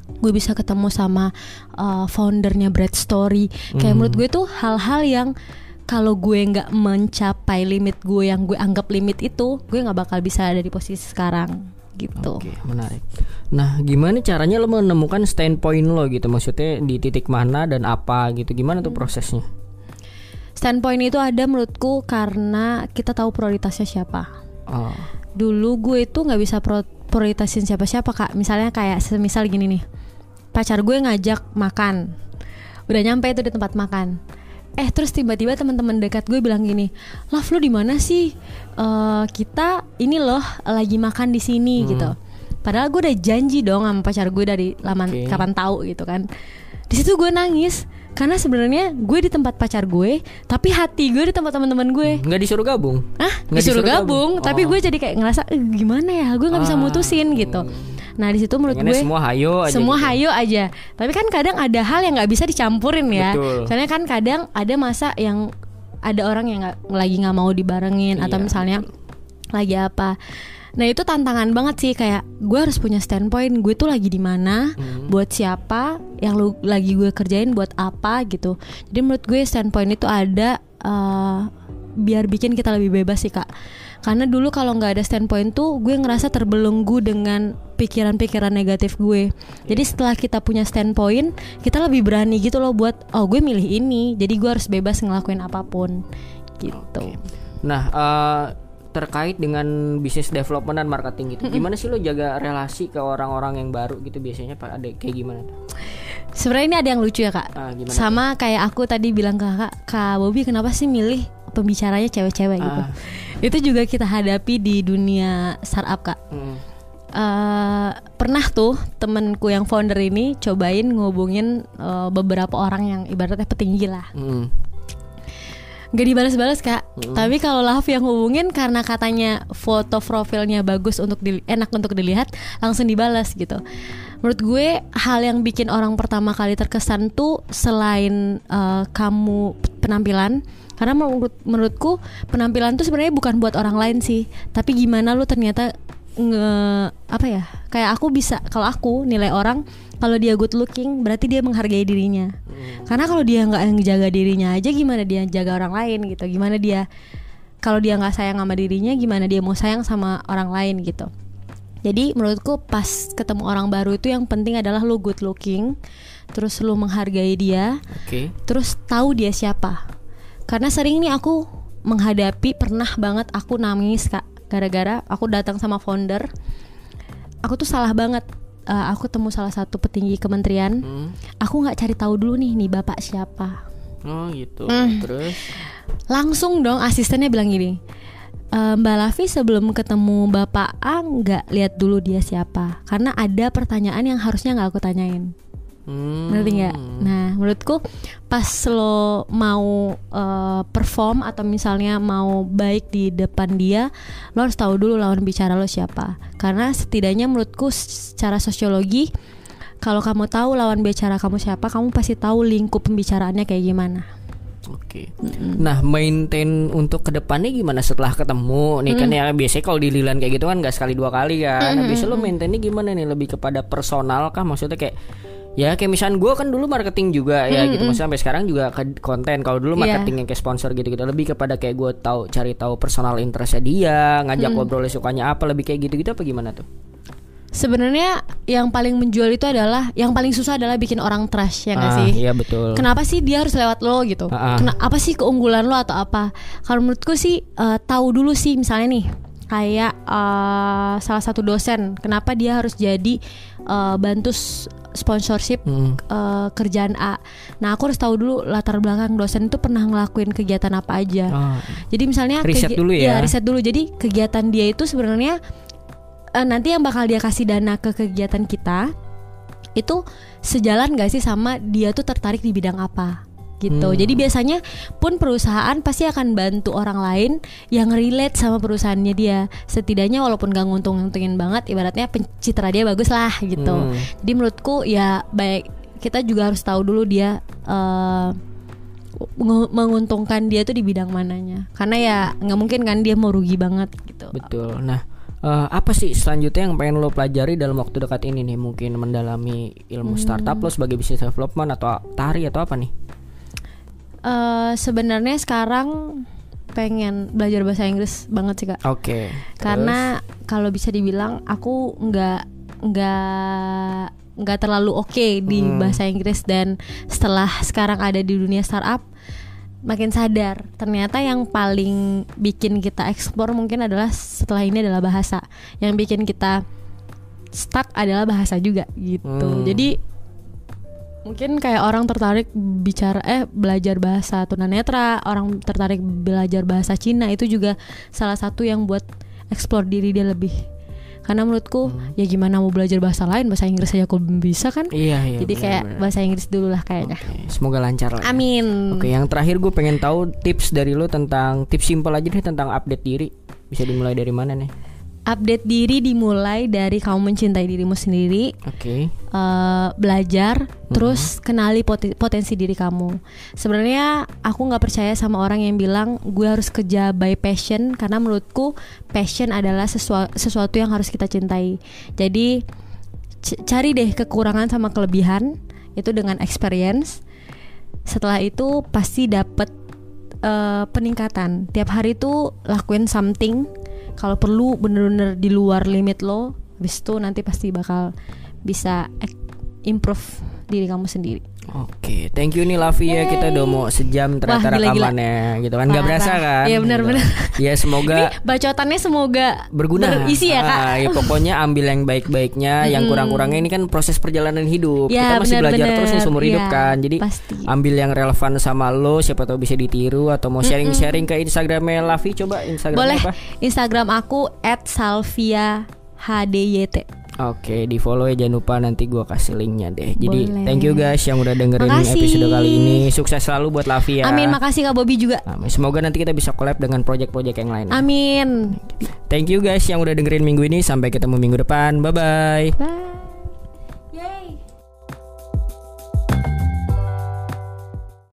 C: gue bisa ketemu sama foundernya Bread Story. Kayak menurut gue tuh hal-hal yang kalau gue nggak mencapai limit gue yang gue anggap limit itu, gue nggak bakal bisa ada di posisi sekarang gitu.
B: Oke, menarik. Nah, gimana caranya lo menemukan standpoint lo gitu? Maksudnya di titik mana dan apa gitu? Gimana tuh prosesnya?
C: Standpoint itu ada menurutku karena kita tahu prioritasnya siapa.
B: Oh.
C: Dulu gue itu nggak bisa prioritasin siapa-siapa Kak. Misalnya kayak semisal gini nih, pacar gue ngajak makan, udah nyampe itu di tempat makan. Terus tiba-tiba teman-teman dekat gue bilang gini, Love, lu di mana sih? Kita ini loh lagi makan di sini gitu. Padahal gue udah janji dong sama pacar gue dari lama kapan tahu gitu kan. Di situ gue nangis karena sebenarnya gue di tempat pacar gue, tapi hati gue di tempat teman-teman gue.
B: Nggak disuruh gabung?
C: Disuruh gabung, tapi gue jadi kayak ngerasa gimana ya, gue nggak bisa mutusin gitu. Nah di situ menurut gue
B: semua hayo aja.
C: Semua gitu. Hayo aja. Tapi kan kadang ada hal yang nggak bisa dicampurin ya.
B: Betul.
C: Soalnya kan kadang ada masa yang ada orang yang lagi nggak mau dibarengin atau misalnya lagi apa. Nah itu tantangan banget sih, kayak gue harus punya standpoint, gue tuh lagi di mana, buat siapa, yang lagi gue kerjain buat apa gitu. Jadi menurut gue standpoint itu ada biar bikin kita lebih bebas sih Kak. Karena dulu kalau nggak ada standpoint tuh gue ngerasa terbelenggu dengan pikiran-pikiran negatif gue. Jadi setelah kita punya standpoint, kita lebih berani gitu loh buat gue milih ini, jadi gue harus bebas ngelakuin apapun gitu.
B: Nah terkait dengan business development dan marketing gitu, gimana sih lo jaga relasi ke orang-orang yang baru gitu? Biasanya ada kayak gimana tuh?
C: Sebenarnya ini ada yang lucu ya Kak. Sama kayak aku tadi bilang ke Kak Bobby, kenapa sih milih pembicaranya cewek-cewek gitu. Itu juga kita hadapi di dunia startup Kak. Pernah tuh temenku yang founder ini cobain ngehubungin beberapa orang yang ibaratnya petinggi lah. Gak dibalas-balas Kak. Tapi kalau Love yang hubungin karena katanya foto profilnya bagus untuk enak untuk dilihat, langsung dibalas gitu. Menurut gue hal yang bikin orang pertama kali terkesan tuh selain kamu penampilan, karena menurutku penampilan tuh sebenarnya bukan buat orang lain sih, tapi gimana lu ternyata kayak aku bisa, kalau aku nilai orang kalau dia good looking berarti dia menghargai dirinya. Karena kalau dia nggak ngejaga dirinya aja, gimana dia jaga orang lain gitu? Gimana dia kalau dia nggak sayang sama dirinya, gimana dia mau sayang sama orang lain gitu? Jadi menurutku pas ketemu orang baru itu yang penting adalah lu good looking, terus lu menghargai dia, terus tahu dia siapa. Karena sering nih aku menghadapi, pernah banget aku nangis Kak, gara-gara aku datang sama founder. Aku tuh salah banget. Aku ketemu salah satu petinggi kementerian. Aku nggak cari tahu dulu nih bapak siapa.
B: Oh gitu. Terus
C: langsung dong asistennya bilang gini, Mbak Lavi sebelum ketemu Bapak A nggak lihat dulu dia siapa, karena ada pertanyaan yang harusnya nggak aku tanyain. Ngerti nggak? Nah menurutku pas lo mau perform atau misalnya mau baik di depan dia, lo harus tahu dulu lawan bicara lo siapa. Karena setidaknya menurutku secara sosiologi, kalau kamu tahu lawan bicara kamu siapa, kamu pasti tahu lingkup pembicaraannya kayak gimana.
B: Nah maintain untuk kedepannya gimana setelah ketemu nih? Kan ya biasanya kalau di Lilan kayak gitu kan nggak sekali dua kali kan. Nah, biasanya lo maintainnya gimana nih? Lebih kepada personal kah? Maksudnya kayak ya kayak misalnya gue kan dulu marketing juga ya gitu, maksudnya sampai sekarang juga ke konten. Kalau dulu marketing yang kayak sponsor gitu-gitu, lebih kepada kayak gue cari tahu personal interestnya dia, ngajak ngobrolnya sukanya apa, lebih kayak gitu-gitu apa gimana tuh?
C: Sebenarnya yang paling menjual itu adalah, yang paling susah adalah bikin orang trust, ya nggak sih?
B: Iya betul.
C: Kenapa sih dia harus lewat lo gitu? Apa sih keunggulan lo atau apa? Kalau menurutku sih tahu dulu sih, misalnya nih kayak salah satu dosen, kenapa dia harus jadi bantu sponsorship kerjaan A. Nah aku harus tahu dulu latar belakang dosen itu pernah ngelakuin kegiatan apa aja. Jadi misalnya
B: riset dulu ya.
C: Riset dulu. Jadi kegiatan dia itu sebenarnya nanti yang bakal dia kasih dana ke kegiatan kita itu sejalan gak sih sama dia tuh tertarik di bidang apa gitu. Jadi biasanya pun perusahaan pasti akan bantu orang lain yang relate sama perusahaannya dia. Setidaknya walaupun gak nguntung-nguntungin banget, ibaratnya pencitra dia bagus lah gitu. Jadi menurutku ya baik, kita juga harus tahu dulu dia menguntungkan dia tuh di bidang mananya. Karena ya gak mungkin kan dia mau rugi banget gitu.
B: Betul. Nah Apa sih selanjutnya yang pengen lo pelajari dalam waktu dekat ini nih? Mungkin mendalami ilmu startup lo sebagai business development atau tari atau apa nih?
C: Sebenarnya sekarang pengen belajar bahasa Inggris banget sih Kak.
B: Oke.
C: Karena kalau bisa dibilang aku nggak terlalu oke di bahasa Inggris, dan setelah sekarang ada di dunia startup makin sadar ternyata yang paling bikin kita eksplor mungkin adalah setelah ini adalah bahasa. Yang bikin kita stuck adalah bahasa juga gitu. Jadi mungkin kayak orang tertarik belajar bahasa tunanetra, orang tertarik belajar bahasa Cina, itu juga salah satu yang buat eksplor diri dia lebih. Karena menurutku ya gimana mau belajar bahasa lain, bahasa Inggris aja aku belum bisa kan.
B: Iya.
C: Jadi kayak bahasa Inggris dulu lah kayaknya.
B: Semoga lancar lah.
C: Amin.
B: Oke, yang terakhir gue pengen tahu tips dari lo tentang tips simpel aja deh tentang update diri. Bisa dimulai dari mana nih?
C: Update diri dimulai dari kamu mencintai dirimu sendiri.
B: Oke.
C: Belajar, terus kenali potensi diri kamu. Sebenarnya aku nggak percaya sama orang yang bilang gue harus kerja by passion, karena menurutku passion adalah sesuatu yang harus kita cintai. Jadi cari deh kekurangan sama kelebihan itu dengan experience. Setelah itu pasti dapet peningkatan. Tiap hari tuh lakuin something. Kalau perlu bener-bener di luar limit lo, habis itu nanti pasti bakal bisa improve diri kamu sendiri.
B: Oke, thank you nih Lavi ya. Kita udah mau sejam ternyata rekamannya gitu kan. Gak berasa kan?
C: Iya benar-benar.
B: Ya semoga
C: ini bacotannya semoga
B: berguna,
C: berisi ya Kak.
B: Ya pokoknya ambil yang baik-baiknya, yang kurang-kurangnya ini kan proses perjalanan hidup.
C: Ya,
B: kita masih belajar
C: bener.
B: terus nih seumur hidup kan. Jadi
C: pasti
B: ambil yang relevan sama lo, siapa tahu bisa ditiru. Atau mau sharing-sharing ke Instagramnya Lavi, coba Instagramnya
C: boleh.
B: apa?
C: Instagram aku @salviaHDYT.
B: Oke, di follow ya, jangan lupa, nanti gue kasih linknya deh. Jadi
C: boleh.
B: thank you guys yang udah dengerin episode kali ini. Sukses selalu buat Lavi ya.
C: Amin, makasih Kak Bobby juga.
B: Amin. Semoga nanti kita bisa collab dengan project-project yang lain.
C: Amin.
B: Thank you guys yang udah dengerin minggu ini. Sampai ketemu minggu depan. Bye-bye.
C: Bye.